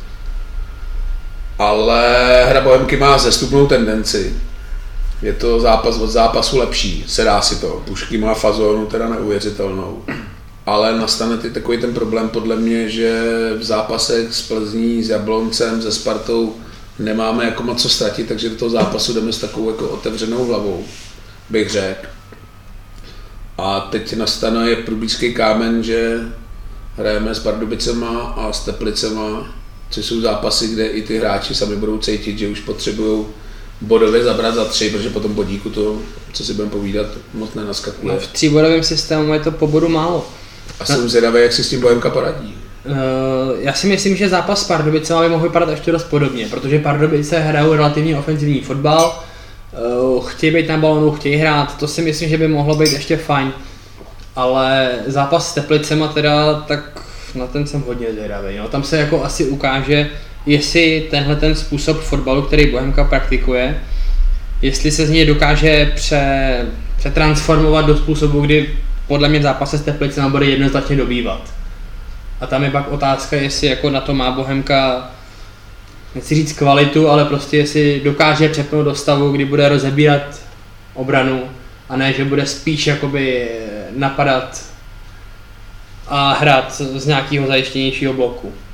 Ale hra Bohemky má zestupnou tendenci. Je to zápas od zápasu lepší, se dá si to. Pušky má fazónu teda neuvěřitelnou. Ale nastane ty takový ten problém podle mě, že v zápasech s Plzní, s Jabloncem, se Spartou nemáme jako moc co ztratit, takže do toho zápasu jdeme s takovou jako otevřenou hlavou, bych řekl. A teď nastane je průbířský kámen, že hrajeme s Pardubicema a s Teplicema, což jsou zápasy, kde i ty hráči sami budou cítit, že už potřebují bodově zabrat za tři, protože potom bodíku to, co si budeme povídat, moc nenaskakuje. No, v tříbodovém systému je to po bodu málo. A jsem zvědavý, jak si s tím Bohemka poradí. Uh, já si myslím, že zápas s Pardubicema by mohl vypadat ještě dost podobně, protože Pardubice hrajou relativně ofenzivní fotbal, uh, chtějí být na balonu, chtějí hrát, to si myslím, že by mohlo být ještě fajn. Ale zápas s Teplicema teda, tak na ten jsem hodně zvědavý. No. Tam se jako asi ukáže, jestli tenhle ten způsob fotbalu, který Bohemka praktikuje, jestli se z něj dokáže pře, přetransformovat do způsobu, kdy podle mě v zápase s Teplicema bude jednoznačně dobývat. A tam je pak otázka, jestli jako na to má Bohemka, nechci říct kvalitu, ale prostě jestli dokáže přepnout do stavu, kdy bude rozebírat obranu a ne, že bude spíš jakoby napadat a hrát z nějakého zajištěnějšího bloku.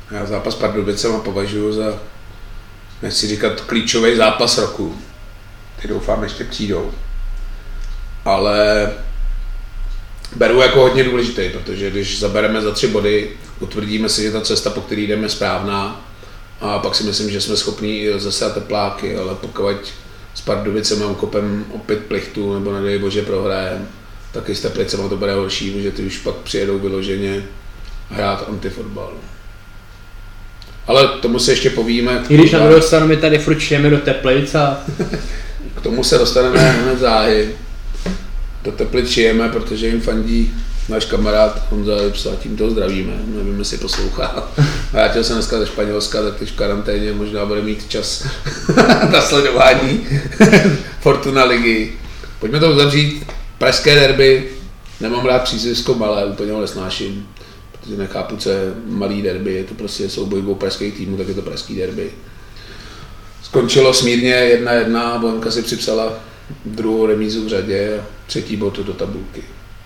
Já zápas s Pardubicema považuji za, nechci říkat, klíčový zápas roku. Ty doufám ještě přijdou. Ale beru jako hodně důležitý, protože když zabereme za tři body, utvrdíme si, že ta cesta, po který jdeme, je správná. A pak si myslím, že jsme schopní zase tepláky, ale pokud s Pardubicema ukopem opět plichtu, nebo nedej bože prohrajem, tak i s Teplicema to bude horší, protože ty už pak přijedou vyloženě hrát antifotbal. Ale tomu se ještě povíme. I když na druhou stranu my tady furt šijeme do Teplic a... K tomu se dostaneme hned záhy. Do Teplic šijeme, protože jim fandí náš kamarád Honza Lipsa, tím toho zdravíme, nevím, jestli poslouchá. Vrátil se dneska ze Španělska, tak teď v karanténě možná bude mít čas na sledování Fortuna ligy. Pojďme to uzavřít. Pražské derby, nemám rád přízvisko malé, úplně ho nesnáším, protože nechápu, co je malý derby, je to prostě souboj dvou pražských týmů, tak je to pražský derby. Skončilo smírně jedna jedna, Bohemka si připsala druhou remízu v řadě a třetí bod do tabulky.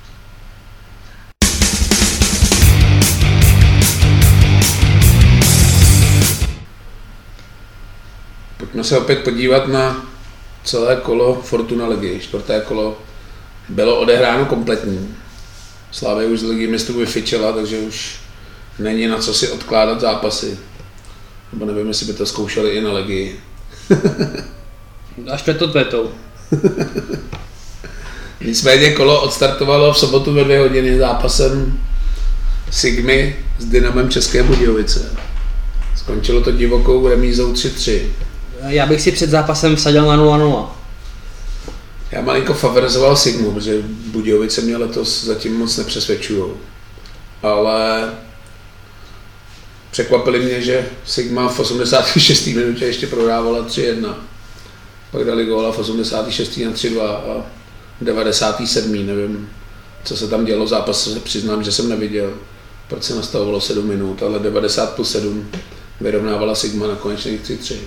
Pojďme se opět podívat na celé kolo Fortuna ligy. Čtvrté kolo bylo odehráno kompletní. Slavia už z ligy mistrů vyfičela, takže už není na co si odkládat zápasy. Nebo nevím, jestli by to zkoušeli i na ligy. Až před to tvetou. Nicméně kolo odstartovalo v sobotu ve dvě hodiny zápasem Sigmy s Dynamem České Budějovice. Skončilo to divokou remízou tři tři. Já bych si před zápasem vsadil na nula nula. Já malinko favorizoval Sigmu, protože Budějovice mě letos zatím moc nepřesvědčujou. Ale překvapili mě, že Sigma v osmdesáté šesté minutě ještě prohrávala tři jedna. Pak dali góla v osmdesáté šesté na tři dva a v devadesáté sedmé nevím, co se tam dělo. Zápas se přiznám, že jsem neviděl, proč se nastavovalo sedm minut, ale devadesát plus sedm vyrovnávala Sigma na konečných tři tři.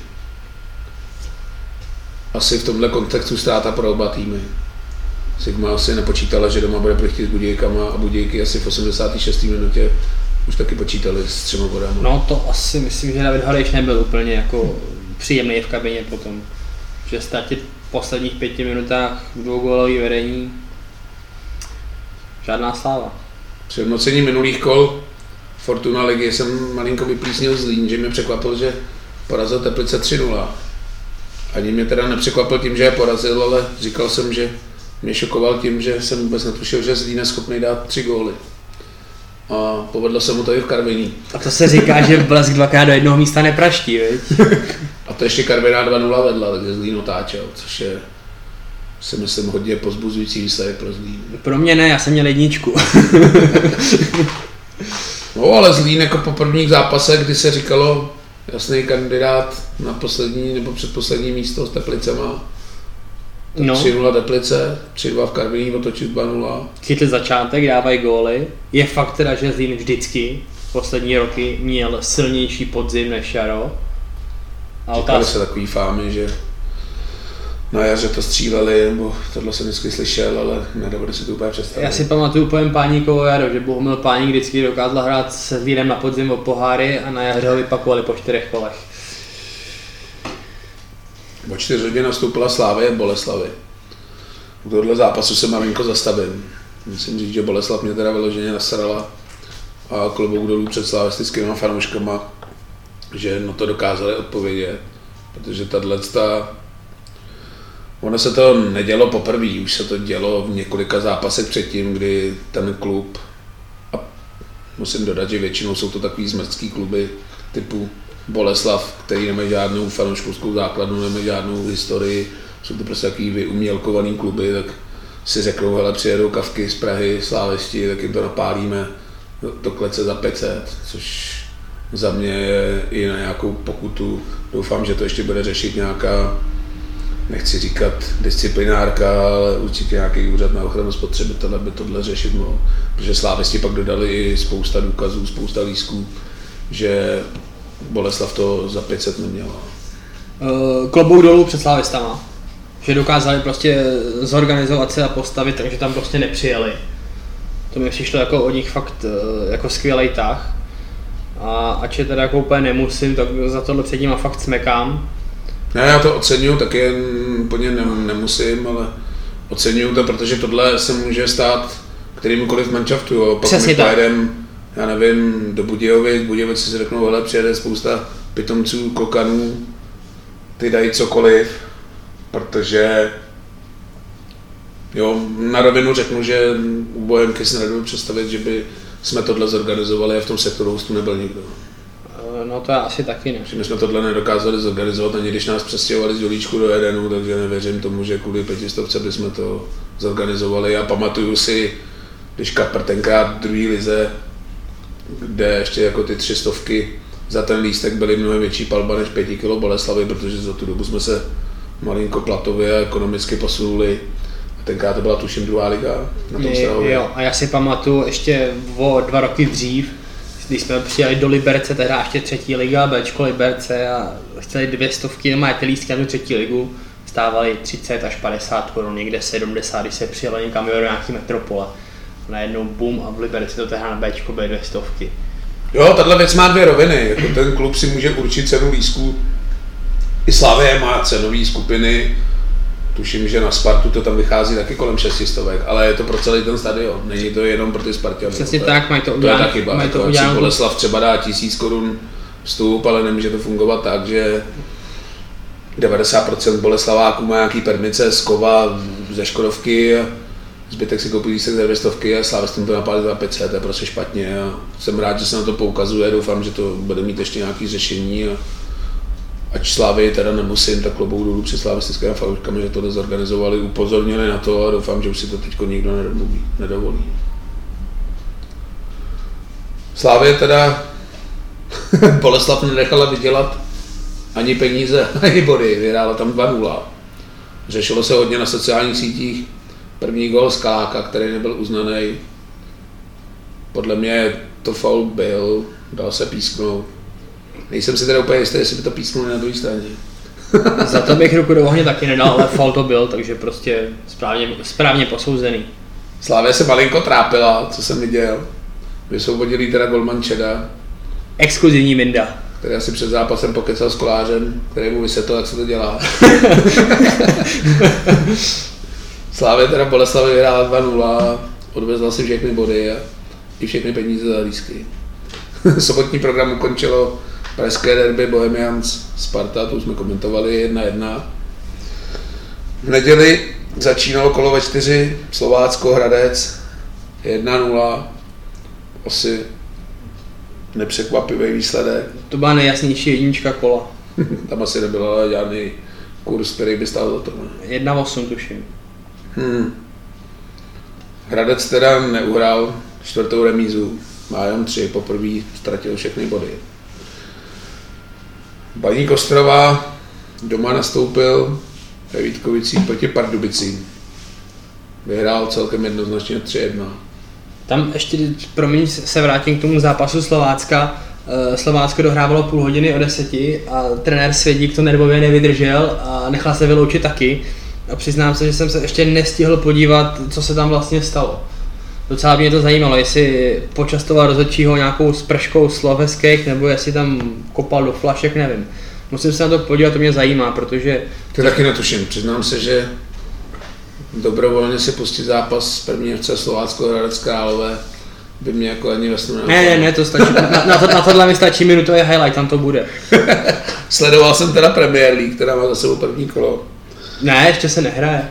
Asi v tomhle kontextu ztráta pro oba týmy. Sigma asi nepočítala, že doma bude plichtit s Budějkama a Budějky asi v osmdesáté šesté minutě už taky počítali s třema bodama. No to asi myslím, že David Hadejš nebyl úplně jako příjemný v kabině potom. Že ztratit v posledních pěti minutách dvougólový vedení, žádná sláva. Při hodnocení minulých kol Fortuna ligy jsem malinko vyplísnil Zlín, že mě překvapil, že porazil Teplice tři nula. Ani mě teda nepřekvapil tím, že je porazil, ale říkal jsem, že mě šokoval tím, že jsem vůbec netušil, že Zlín je schopný dát tři góly. A povedlo se mu to i v Karviní. A to se říká, že Blesk dvakrát do jednoho místa nepraští, viď? A to ještě Karviná dva nula vedla, takže Zlín otáčel, což je, si myslím, hodně pozbuzující výsledek pro Zlín. Pro mě ne, já jsem měl jedničku. No ale Zlín jako po prvních zápasech, kdy se říkalo jasný kandidát na poslední nebo předposlední místo s Teplicema. No. tři nula Teplice, tři dva v Karviní, otočit dva nula. Chytli začátek, dávají góly. Je fakt teda, že Zlín vždycky poslední roky měl silnější podzim než jaro. A říkali se takový fámy, že na jaře to stříleli, nebo tohle jsem vždycky slyšel, ale nedovedu si to úplně představit. Já si pamatuju pojem Páníkovo jaro, že Bohumil Páník vždycky dokázal hrát se Zlínem na podzim o poháry a na jaře ho vypakovali po čtyřech kolech. O čtyři hodiny nastoupila Slavie Boleslavy. U tohohle zápasu se malinko zastavím. Musím říct, že Boleslav mě teda vyloženě nasrala a klobouk dolů před slavistickými fanouškama, že no to dokázali odpovědět, protože tato ono se to nedělo poprvé, už se to dělo v několika zápasech předtím, kdy ten klub, a musím dodat, že většinou jsou to takový zmrzký kluby typu Boleslav, který nemají žádnou fanouškovskou základnu, nemají žádnou historii, jsou to prostě takový vyumělkovaný kluby, tak si řeknou, hele, přijedou kavky z Prahy, slávisti, tak jim to napálíme do klece za pět set, což za mě je i na nějakou pokutu. Doufám, že to ještě bude řešit nějaká, nechci říkat disciplinárka, ale určitě nějaký úřad na ochranu spotřebitele by tohle řešit mohl. Protože slávisti pak dodali i spousta důkazů, spousta lístků, že Boleslav to za pět set neměla. Klobouk dolů před slávistama. Že dokázali prostě zorganizovat se a postavit, takže tam prostě nepřijeli. To mi přišlo jako od nich fakt jako skvělej tah. A ač je teda jako úplně nemusím, tak za tohle před tím a fakt smekám. Ne, já to oceňuju, taky jen úplně ne, nemusím, ale oceňuju to, protože tohle se může stát kterýmkoliv manšaftu, jo. Pak Přesně my tak. pojedem, já nevím, do Budějovic, Budějovici si řeknou, hele, přijede spousta pitomců, klokanů, ty dají cokoliv, protože jo, na rovinu řeknu, že u Bohemky si nedovedu představit, že by jsme tohle zorganizovali a v tom sektoru hostu nebyl nikdo. No to je asi taky ne. Že my jsme tohle nedokázali zorganizovat, ani když nás přestěhovali z Dolíčku do Edenu, takže nevěřím tomu, že kvůli pětistovce bychom to zorganizovali. A pamatuju si, když Kapr tenkrát v druhé lize, kde ještě jako ty tři stovky za ten lístek byly mnohem větší palba než pěti kilo Boleslavy, protože za tu dobu jsme se malinko platově a ekonomicky posunuli. A tenkrát to byla tuším druhá liga na tom Strahově. Jo, a já si pamatuju ještě o dva roky dřív, když jsme přijeli do Liberce, teda ještě třetí liga, Bčko Liberce a chtěli dvě stovky, mají ty lístky na tu třetí ligu, stávaly třicet až padesát korun, někde sedmdesát, když se přijelo někam do nějaký metropole. Najednou boom a v Liberci to tehdy na Bčko byly dvě stovky. Jo, tahle věc má dvě roviny, jako ten klub si může určit cenu lístků, i Slavie má cenové skupiny, tuším, že na Spartu to tam vychází taky kolem šestistovek, ale je to pro celý ten stadion, není to jenom pro ty Spartiany. Přesně to tak, mají to udělané. To je udělané. ta chyba, Mají to jako, udělané. Boleslav třeba dá tisíc korun vstup, ale nemůže to fungovat tak, že devadesát procent Boleslaváků má nějaký permice z kova, ze Škodovky a zbytek si koupí lístek za dvě stovky a Slávě s tím to napálí za pět set, to je prostě špatně a jsem rád, že se na to poukazuje, doufám, že to bude mít ještě nějaké řešení a ať Slávy teda nemusím, tak klobouk dolů před slavistickými fanouškami, že to zorganizovali, upozornili na to a doufám, že už si to teď nikdo nedomluví, nedovolí. Slávě teda Boleslav nenechala vydělat ani peníze, ani body, vyhrála tam dva nula. Řešilo se hodně na sociálních sítích, první gól Skaláka, který nebyl uznaný. Podle mě to faul byl, dal se písknout. Nejsem si teda úplně jistý, jestli by to písknuli na druhé straně. Za to bych ruku do ohně taky nedal, ale faul to byl, takže prostě správně, správně posouzený. Slávě se malinko trápila, co jsem viděl. Vysvobodili teda golman Čeda, Exkluzivní Minda. který asi před zápasem pokecal s Kolářem, který mu vysvětlil, jak se to dělá. Slávě teda Boleslavy vyhrála dva nula, odvezla si všechny body a i všechny peníze za lístky. Sobotní program ukončilo pražské derby Bohemians Sparta, to už jsme komentovali jedna jedna. V neděli začínalo kolo ve čtyři, Slovácko Hradec jedna nula, asi nepřekvapivý výsledek. To byla nejjasnější jednička kola. Tam asi nebyl ale žádný kurz, který by stál za to. jedna osm tuším. Hmm. Hradec teda neuhrál čtvrtou remízu, má jenom tři, poprvé ztratil všechny body. Baník Ostrava doma nastoupil ve Vítkovicích proti Pardubicím. Vyhrál celkem jednoznačně tři jedna. Tam ještě, promiň, se vrátím k tomu zápasu Slovácka. Slovácko dohrávalo půl hodiny o deseti a trenér Svědík to nervově nevydržel a nechal se vyloučit taky. A přiznám se, že jsem se ještě nestihl podívat, co se tam vlastně stalo. Docela mě to zajímalo, jestli počastoval rozhodčího nějakou sprškou sloveskek, nebo jestli tam kopal do flašek, nevím. Musím se na to podívat, to mě zajímá, protože... To taky netuším, přiznám se, že dobrovolně si pustit zápas z první F C Slovácko Hradec Králové by mě jako ani ve snu nenapadlo. Ne, ne, ne, to stačí, na, na, to, na tohle mi stačí minutový highlight, tam to bude. Sledoval jsem teda Premier League, která má za sebou první kolo. Ne, ještě se nehraje.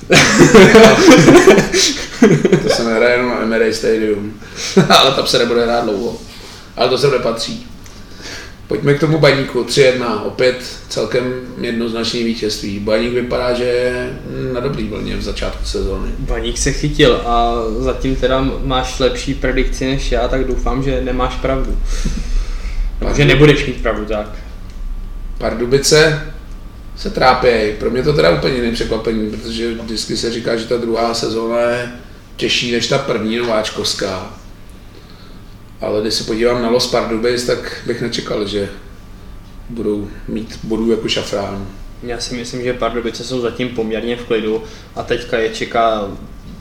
To se nehraje jenom na Emirates Stadium, ale tam se nebude hrát dlouho. Ale to se nepatří. Pojďme k tomu Baníku, tři jedna, opět celkem jednoznačný vítězství. Baník vypadá, že je na dobrý vlně v začátku sezóny. Baník se chytil a zatím teda máš lepší predikci než já, tak doufám, že nemáš pravdu. Pardu... Že nebudeš mít pravdu, tak. Pardubice se trápějí. Pro mě to teda úplně nepřekvapení, protože vždycky se říká, že ta druhá sezóna je těžší než ta první nováčkovská. Ale když se podívám na Los Pardubic, tak bych nečekal, že budou mít bodů jako šafrán. Já si myslím, že Pardubice jsou zatím poměrně v klidu a teďka je čeká,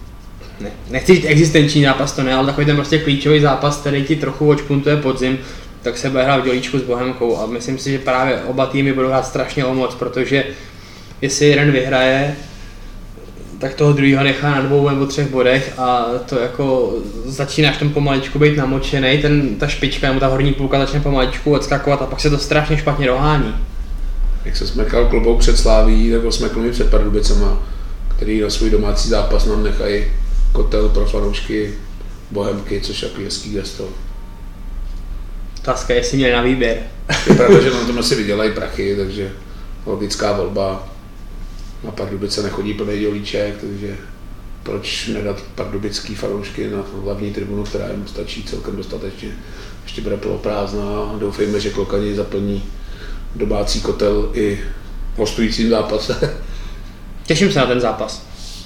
ne, nechci říct existenční zápas, to ne, ale takový ten prostě klíčový zápas, který ti trochu odšpuntuje podzim, tak se bude hrát v Dělíčku s Bohemkou a myslím si, že právě oba týmy budou hrát strašně o moc, protože jestli jeden vyhraje, tak toho druhého nechá na dvou nebo třech bodech a to jako začínáš tam pomaličku být namočený, ten, ta špička nebo ta horní půlka začne pomaličku odskakovat a pak se to strašně špatně dohání. Jak se smekal klobouk před Sláví, tak ho smekl mi před Pardubicema, který na svůj domácí zápas nám nechají kotel pro fanoušky Bohemky, což je hezký gesto. Otázka, jestli měli na výběr. Je pravda, že na tom asi vydělají prachy, takže logická volba. Na Pardubice nechodí plný Dělíček, takže proč nedat pardubický fanoušky na hlavní tribunu, která jim stačí celkem dostatečně. Ještě bude poloprázdná a doufejme, že Klokani zaplní domácí kotel i hostujícím zápase. Těším se na ten zápas.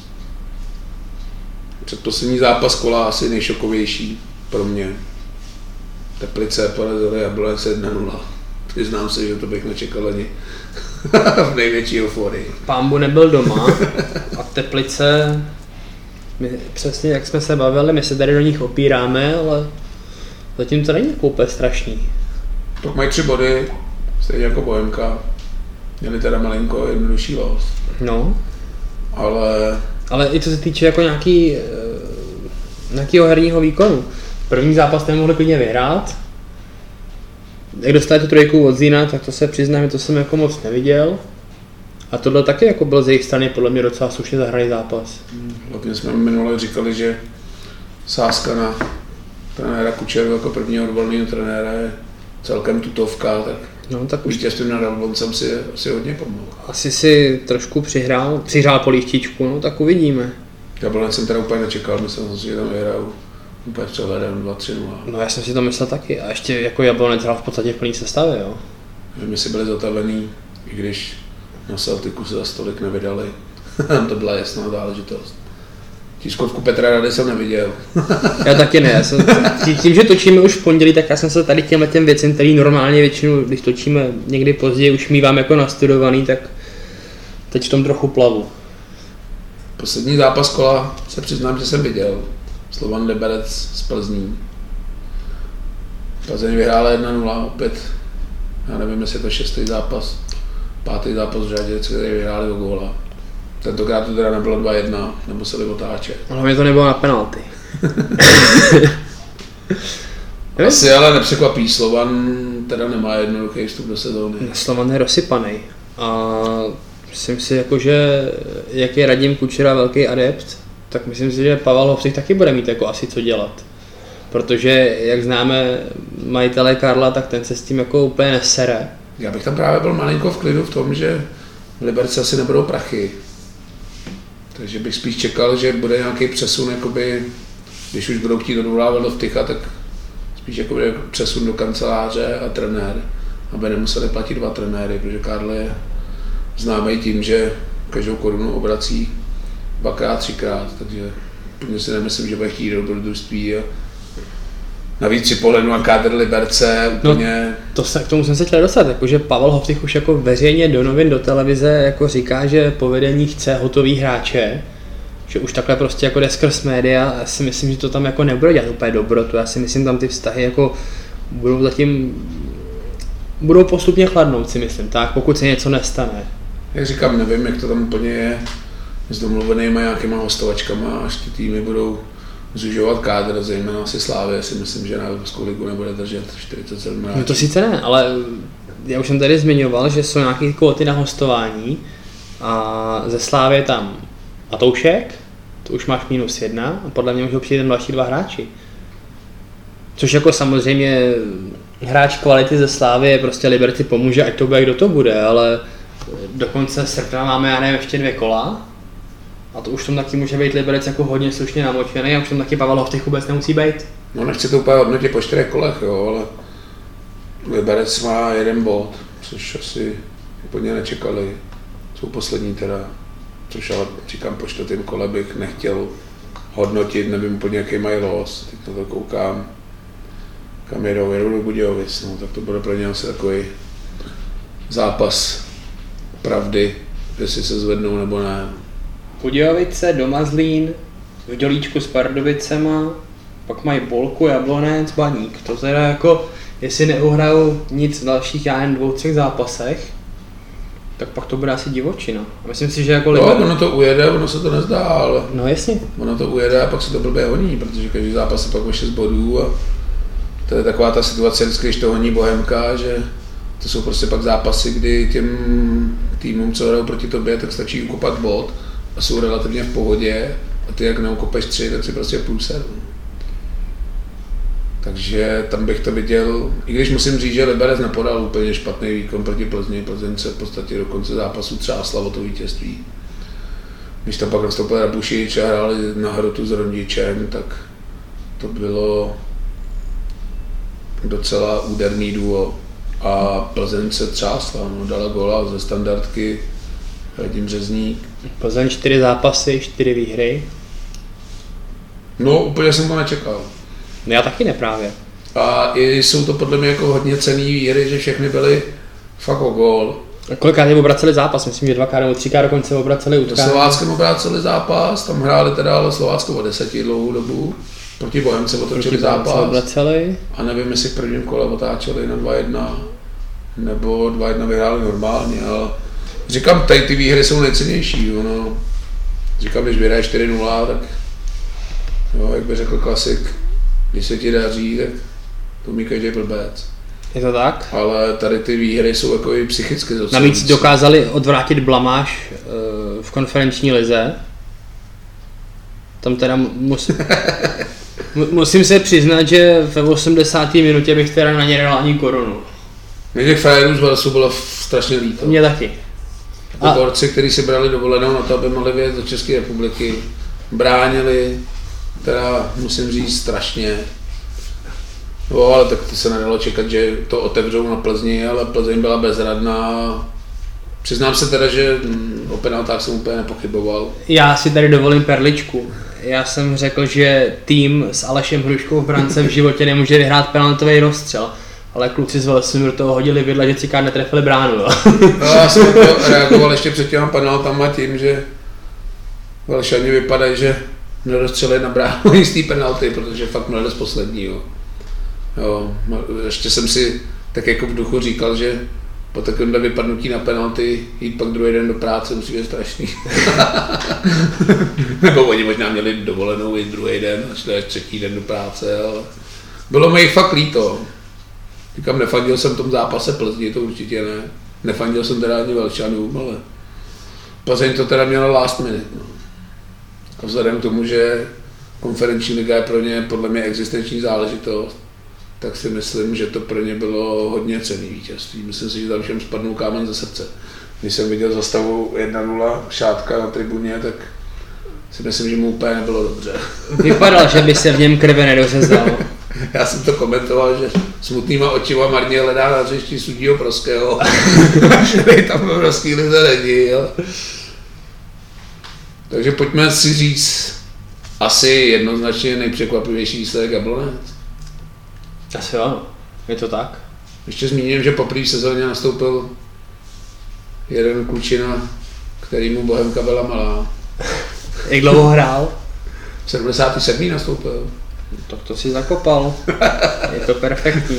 Předposlední zápas kola asi nejšokovější pro mě. Teplice porazili Jablonec jedna nula. Přiznám se, že to bych nečekal ani v největší euforii. Pambu nebyl doma a Teplice, my, přesně jak jsme se bavili, my se tady do nich opíráme, ale zatím to není jako úplně strašný. Pak mají tři body, stejně jako Bohemka. Měli teda malinko jednodušší los. No. Ale... Ale i co se týče jako nějaký, nějakého herního výkonu. První zápas ten mohli klidně vyhrát. Jak dostali tu trojku od Zína, tak to se přiznám, to jsem jako moc neviděl. A tohle taky jako byl z jejich strany podle mě docela slušně zahraný zápas. Hlavně jsme minule říkali, že sázka na trenéra Kučeru jako prvního odvolného trenéra je celkem tutovka, tak, no, tak už vítězstvím nad Jabloncem si, si hodně pomohl. Asi si trošku přihrál, přihrál polívčičku, no tak uvidíme. Jablonec jsem teda úplně nečekal, myslel jsem, že tam vyhrál úplně přehledem dva tři nula. No já jsem si to myslel taky a ještě jako Jablonec hrál v podstatě v plný sestavě, jo. My si byli zatavený, i když na Celticu se za stolik nevydali. To byla jasná záležitost. Tiskovku Petra Rady jsem neviděl. Já taky ne. Já jsem, tím, že točíme už v pondělí, tak já jsem se tady těmhle těm věcem, který normálně většinou, když točíme někdy později, už mívám jako nastudovaný, tak teď v tom trochu plavu. Poslední zápas kola se přiznám, že jsem viděl. Slovan Liberec z Plzní. Plzeň vyhrála jedna nula, opět, já nevím, jestli je to šestý zápas, pátý zápas v řadě, který vyhráli o góla. Tentokrát to teda nebylo dva jedna, nemuseli otáčet. Hlavně to nebylo na penalty. Asi ale nepřekvapí, Slovan teda nemá jednoduchý vstup do sezóny. Slovan je rozsypaný. A myslím si, jako, že jak je Radim Kučera velký adept, tak myslím si, že Pavel Hovřich taky bude mít jako asi co dělat. Protože jak známe majitele Karla, tak ten se s tím jako úplně nesere. Já bych tam právě byl malinko v klidu v tom, že v Liberci asi nebudou prachy. Takže bych spíš čekal, že bude nějaký přesun, jakoby, když už budou chtít odvolávat do Vtycha, tak spíš jako bude přesun do kanceláře a trenér, aby nemuseli platit dva trenéry, protože Karl je známý tím, že každou korunu obrací dvakrát, třikrát, takže úplně si nemyslím, že bude chtít do dobrodružství. Navíc při pohledu na kádr Liberce úplně... No, to se, k tomu jsem se chtěl dostat, jakože Pavel Hovřich už jako veřejně do novin, do televize jako říká, že povedení chce hotový hráče, že už takhle prostě jako jde skrz média. Já si myslím, že to tam jako nebude dělat úplně dobrotu, já si myslím, tam ty vztahy jako budou zatím, budou postupně chladnout, si myslím, tak pokud se něco nestane. Jak říkám, nevím, jak to tam úplně je s domluvenýma nějakýma hostovačkama, až ty týmy budou zužovat kádr, zejména asi Slávě, si myslím, že na Evropskou ligu nebude držet čtyřicet sedm hráčů. No to sice ne, ale já už jsem tady zmiňoval, že jsou nějaké kvóty na hostování a ze Slávy je tam Matoušek, to už máš minus jedna a podle mě můžou přijít další dva hráči. Což jako samozřejmě hráč kvality ze Slávy je prostě Liberci pomůže, ať to bude, kdo to bude, ale do konce srpna máme, já nevím, ještě dvě kola. A to už tam taky může být Liberec jako hodně slušně namočený a už tam taky Pavel Hovřich vůbec nemusí být. No nechci to úplně hodnotit po čtyřech kolech, jo, ale Liberec má jeden bod, což asi úplně nečekali. Jsou poslední teda, což ale říkám po čtvrtém kole bych nechtěl hodnotit, nevím úplně jaký mají los. Teď na to koukám, kam jedou, jedou do Budějovic, no tak to bude pro ně asi takový zápas pravdy, jestli se zvednou nebo ne. Budějovice, doma Zlín, v Dělíčku s Pardubicema, pak mají Bolku, Jablonec, Baník. To teda jako jestli neuhrajou nic v dalších, já jen dvou, třech zápasech, tak pak to bude asi divočina. Myslím si, že jako No, Liber... ono to ujede, ono se to nezdá, ale No jasně. ono to ujede a pak se to blbě honí, protože každý zápas je pak o šest bodů a to je taková ta situace, vždycky, když to honí Bohemka, že to jsou prostě pak zápasy, kdy těm týmům, co hrajou proti tobě, tak stačí ukopat bod a jsou relativně v pohodě a ty jak neukopeš tři, tak si prostě průser. Takže tam bych to viděl, i když musím říct, že Liberec nepodal úplně špatný výkon proti Plzni, Plzeň se v podstatě do konce zápasu třásla o to vítězství. Když tam pak nastoupil Rabušič a hráli na hrotu s Rondičem, tak to bylo docela úderný duo. A Plzeň se třásla, no, dala góla ze standardky, Radim Řezník. Plzeň čtyři zápasy, čtyři výhry. No, úplně jsem to nečekal. No já taky ne právě. A i jsou to podle mě jako hodně cenný výhry, že všechny byly fakt o gól. A kolikrát je obraceli zápas? Myslím, že dvakrát nebo třikrát dokonce obraceli Do utkání. Slováckem obraceli zápas, tam hráli teda ale Slovácko o deseti dlouhou dobu. Proti Bohemce otočili zápas. Obraceli. A nevím, jestli v prvním kole otáčeli na dva jedna, nebo dva jedna vyhráli normálně, ale říkám, tady ty výhry jsou nejcennější, no. Říkám, když vyhraje čtyři nula, tak jo, jak by řekl klasik, když se ti daří, tak to umí každý blbec. Je to tak? Ale tady ty výhry jsou jako i psychicky docela. Navíc dokázali odvrátit blamáž v konferenční lize. Tam teda musím, musím se přiznat, že ve osmdesáté minutě bych teda na ně nedal ani korunu. Mě těch frajerů z Velsu bylo strašně líto. Mě taky. To a... borci, kteří si brali dovolenou na to, aby mohli vyjet do České republiky, bránili, teda musím říct strašně. Jo, ale tak to se nedalo čekat, že to otevřou na Plzni, ale Plzeň byla bezradná. Přiznám se teda, že o penaltách jsem úplně nepochyboval. Já si tady dovolím perličku. Já jsem řekl, že tým s Alešem Hruškou v brance v životě nemůže vyhrát penaltový rozstřel. Ale kluci z Velsu do toho hodili vidle, že cikár netrefili bránu. Jo. No, já jsem to reagoval ještě před těma penaltama tím, že Velšani vypadají, že nedostřelili na bránu jistý penalty, protože fakt měli z posledního. Jo, ještě jsem si tak jako v duchu říkal, že po takovémhle vypadnutí na penalty jít pak druhý den do práce musí být strašný. Nebo oni možná měli dovolenou i druhý den, až to je třetí den do práce, ale bylo mi jich fakt líto. Říkám, nefandil jsem v tom zápase Plzni, to určitě ne. Nefandil jsem teda ani Velšanům, ale Plzeň to teda měla last minute. No. A vzhledem k tomu, že konferenční liga je pro ně podle mě existenční záležitost, tak si myslím, že to pro ně bylo hodně cenný vítězství. Myslím si, že tam všem spadnul kámen ze srdce. Když jsem viděl zastavu jedna nula Šátka na tribuně, tak si myslím, že mu úplně nebylo dobře. Vypadal, že by se v něm krve nedořezal. Já jsem to komentoval, že smutnýma očima marně hledá na hřišti sudího Proského, který tam v Evropské lize není. Jo. Takže pojďme si říct asi jednoznačně nejpřekvapivější výsledek Jablonec. Asi ano, je to tak. Ještě zmíním, že po první sezóně nastoupil jeden klučina, kterýmu Bohemka byla malá. Jak dlouho hrál? V sedmdesátém sedmém nastoupil. Tak to si zakopal. Je to perfektní.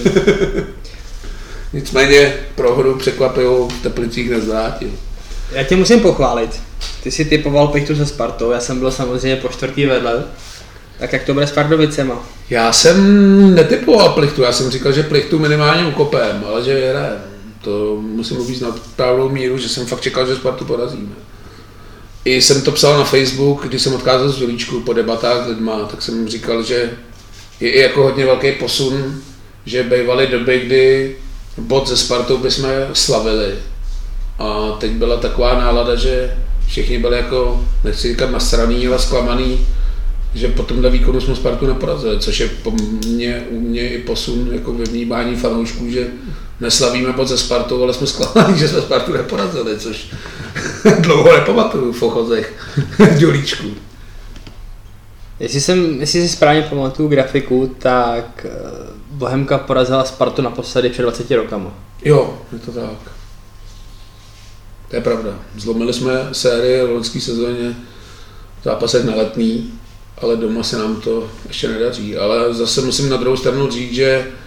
Nicméně prohru překvapivou v Teplicích nezvrátil. Já tě musím pochválit. Ty si typoval Pichtu se Spartou, já jsem byl samozřejmě po čtvrtý vedle. Tak jak to bude s Pardubicema? Já jsem netypoval Plichtu, já jsem říkal, že Plichtu minimálně ukopem, ale že vyhrajem. To musím uvíct na pravou míru, že jsem fakt čekal, že Spartu porazíme. I jsem to psal na Facebook, když jsem odcházel z Žolíčku po debatách s lidma, tak jsem říkal, že je i jako hodně velký posun, že bývaly doby, kdy bod ze Spartou bychom slavili. A teď byla taková nálada, že všichni byli jako, nechci říkat nasraný, ale zklamaný, že po tomhle výkonu jsme Spartu neporazili, což je po mně, u mě i posun jako ve vnímání fanoušků, že neslavíme bod ze Spartou, ale jsme zklamaní, že jsme Spartu neporazili, což dlouho nepamatuju v ochozech Dělíčku. Jestli, jsem, jestli si správně pamatuju grafiku, tak Bohemka porazila Spartu naposledy před dvaceti rokama. Jo, je to tak. To je pravda. Zlomili jsme sérii v loňské sezóně zápasech na Letný, ale doma se nám to ještě nedaří. Ale zase musím na druhou stranu říct, že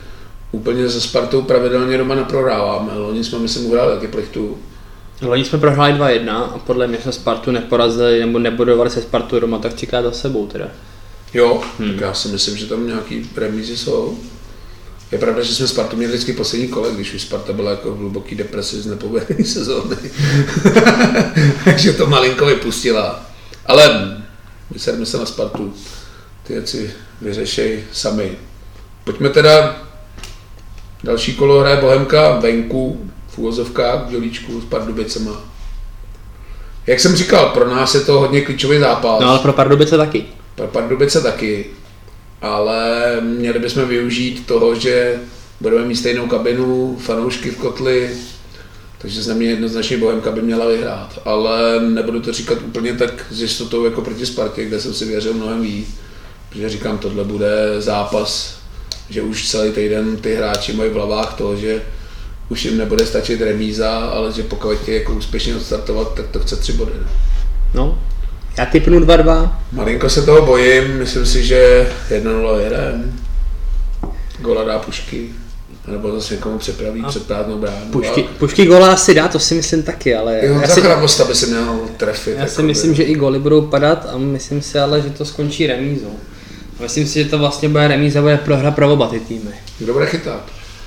úplně se Spartou pravidelně doma neprohráváme. Loni jsme myslím uhrali taky Plichtu. Loni jsme prohráli dva jedna a podle mě jsme Spartu neporazili nebo nebudovali se Spartu doma tak třikrát za sebou teda. Jo, hmm. tak já si myslím, že tam nějaký remízy jsou. Je pravda, že jsme Spartu měli vždycky poslední kole, když už Sparta byla jako v hluboký depresi z nepovedené sezóny. Takže to malinko vypustila. Ale vyserme se na Spartu, ty věci vyřešej sami. Pojďme teda, další kolo hraje Bohemka venku, v úvozovkách, v Dělíčku s Pardubicema. Jak jsem říkal, pro nás je to hodně klíčový zápas. No ale pro Pardubice taky. Pro Pardubice taky. Ale měli bychom využít toho, že budeme mít stejnou kabinu, fanoušky v kotli, takže za mě jednoznačně Bohemka by měla vyhrát. Ale nebudu to říkat úplně tak s jistotou jako proti Spartě, kde jsem si věřil mnohem víc. Protože říkám, tohle bude zápas, že už celý týden ty hráči mají v hlavách to, že už jim nebude stačit remíza, ale že pokud tě jako úspěšně odstartovat, tak to chce tři body. No, já tipnu dva dva. Malinko se toho bojím, myslím si, že jedna nula jedem. Gola dá Pušky, nebo zase někomu přepraví a před prázdnou bránu. Pušky, pušky gola asi dá, to si myslím taky, ale... Jo, já za si, Chrabosta by se měl trefit. Já si myslím, že i goly budou padat a myslím si ale, že to skončí remízou. Myslím si, že to vlastně bude remíza, bude prohra pro oba ty týmy. Kdo bude chytat?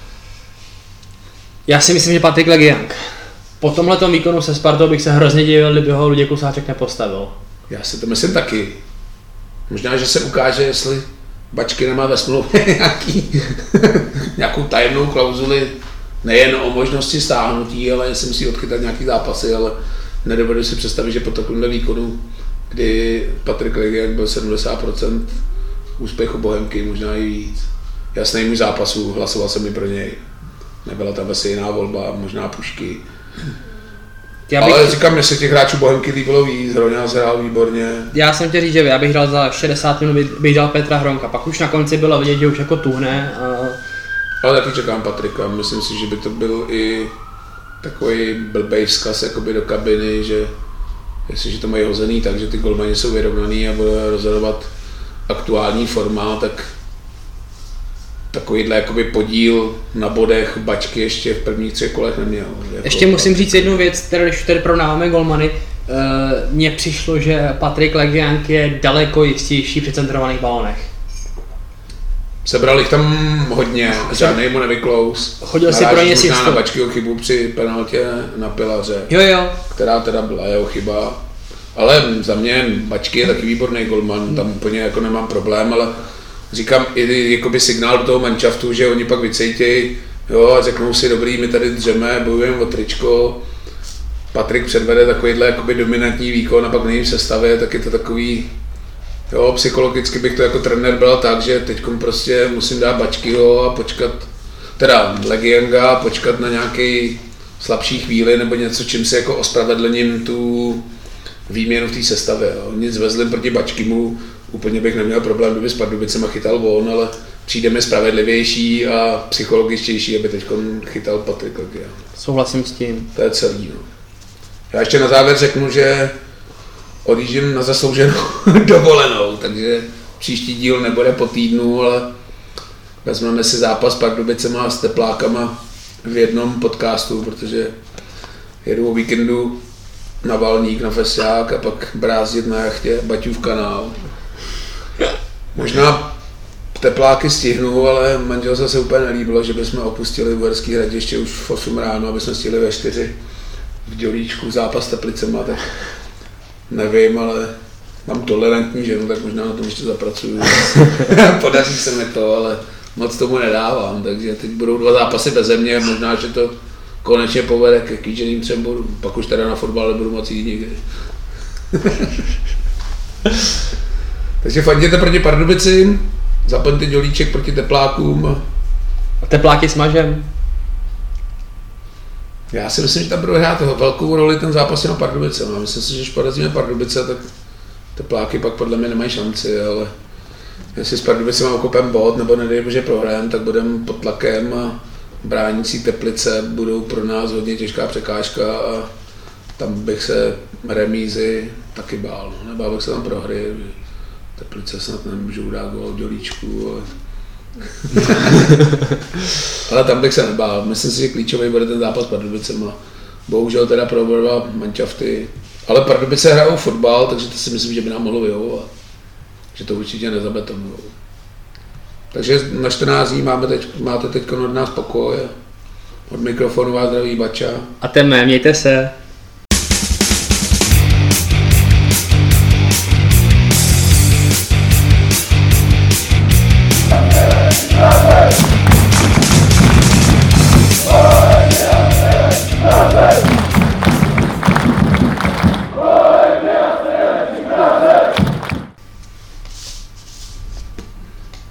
Já si myslím, že Patrik Legiang. Po tomhletom výkonu se Spartou bych se hrozně divil, kdyby ho Luděk Kusáček nepostavil. Já si to myslím taky. Možná, že se ukáže, jestli Bačky nemá ve smlouvě nějaký, nějakou tajemnou klauzuli, nejen o možnosti stáhnutí, ale jestli musí odchytat nějaký zápasy, ale nedovedu si představit, že po takovémhle výkonu, kdy Patrik Legiang byl sedmdesát procent úspěchu Bohemky, možná i víc. Jasný můj zápasu, hlasoval jsem mi pro něj. Nebyla tam asi jiná volba, možná Pušky. Já bych... Ale říkám, že se těch hráčů Bohemky líbilo víc, Hroňák hrál výborně. Já jsem chtěl říct, že já bych dal za šedesát minut, bych dal Petra Hronka, pak už na konci bylo vidět, že už jako tuhne. A... Ale taky čekám Patrika, myslím si, že by to byl i takový blbej vzkaz jakoby do kabiny, že jestliže to mají hozený tak, že ty golmani jsou vyrovnaný a bude rozhodovat aktuální forma, tak takovýhle jakoby podíl na bodech Bačky ještě v prvních třech kolech neměl. Jako ještě musím říct jednu věc, kterou když tady pronáváme golmany, mně přišlo, že Patrik Legiang je daleko jistější při centrovaných balonech. Sebral jich tam hodně, žádnej mu nevyklous. Chodil si pro ně si na Bačkyho chybu při penaltě na Pilaře, jo, jo. která teda byla jeho chyba. Ale za mě Bačky je taky výborný golman, tam úplně jako nemám problém, ale říkám i jakoby signál do toho manšaftu, že oni pak vycejtějí, jo, a řeknou si, dobrý, my tady dřeme, bojujeme o tričko. Patrik předvede takovýhle jakoby dominantní výkon a pak v jejím sestavě, tak je to takový, jo, psychologicky bych to jako trenér bral tak, že teďkom prostě musím dát Bačkyho a počkat, teda Legianga, počkat na nějaký slabší chvíli nebo něco, čím si jako ospravedlním tu výměnu v té sestavě. Jo. Nic vezlím proti Bačkymu, úplně bych neměl problém, kdyby s Pardubicema chytal on, ale přijde mi spravedlivější a psychologičtější, aby teď chytal Patrik Legiang. Souhlasím s tím. To je celý. No. Já ještě na závěr řeknu, že odjíždím na zaslouženou dovolenou, takže příští díl nebude po týdnu, ale vezmeme si zápas s Pardubicema a s Teplákama v jednom podcastu, protože jedu o víkendu na Valník, na Fesiák a pak brázdit na jachtě Baťův kanál. Možná Tepláky stihnu, ale manželce se úplně nelíbilo, že bychom opustili Uherský Hradiště už v osm ráno, aby jsme stihli ve čtyři v Dělíčku zápas s Teplicema, tak nevím, ale mám tolerantní ženu, tak možná na tom ještě zapracuju. Podaří se mi to, ale moc tomu nedávám, takže teď budou dva zápasy bez mě, možná, že to konečně povede ke kýženým třem bodům, pak už teda na fotbal nebudu moc jít nikdy. Takže fandíte proti Pardubicím, zaplňte Dělíček proti Teplákům. A Tepláky s Mažem? Já si myslím, že tam bude hrát velkou roli ten zápas na Pardubice. No. Myslím si, že když porazíme Pardubice, tak Tepláky pak podle mě nemají šanci, ale jestli s Pardubicem okopem bod, nebo nedej bože prohrajeme, tak budeme pod tlakem a bránící Teplice budou pro nás hodně těžká překážka a tam bych se remízy taky bál. No. Nebál bych se tam prohry. Teplice snad nemůžou dát gól v Dělíčku, ale Ale tam bych se nebál. Myslím si, že klíčový bude ten zápas s Pardubicema. Bohužel teda pro oba dva manšafty. Ale Pardubice hrajou fotbal, takže to si myslím, že by nám mohlo vyhovovat. Že to určitě nezabetonujou. Takže na čtrnáct dní máme teď, máte teď od nás pokoj. Od mikrofonu vás zdraví Bača. A teme, mějte se.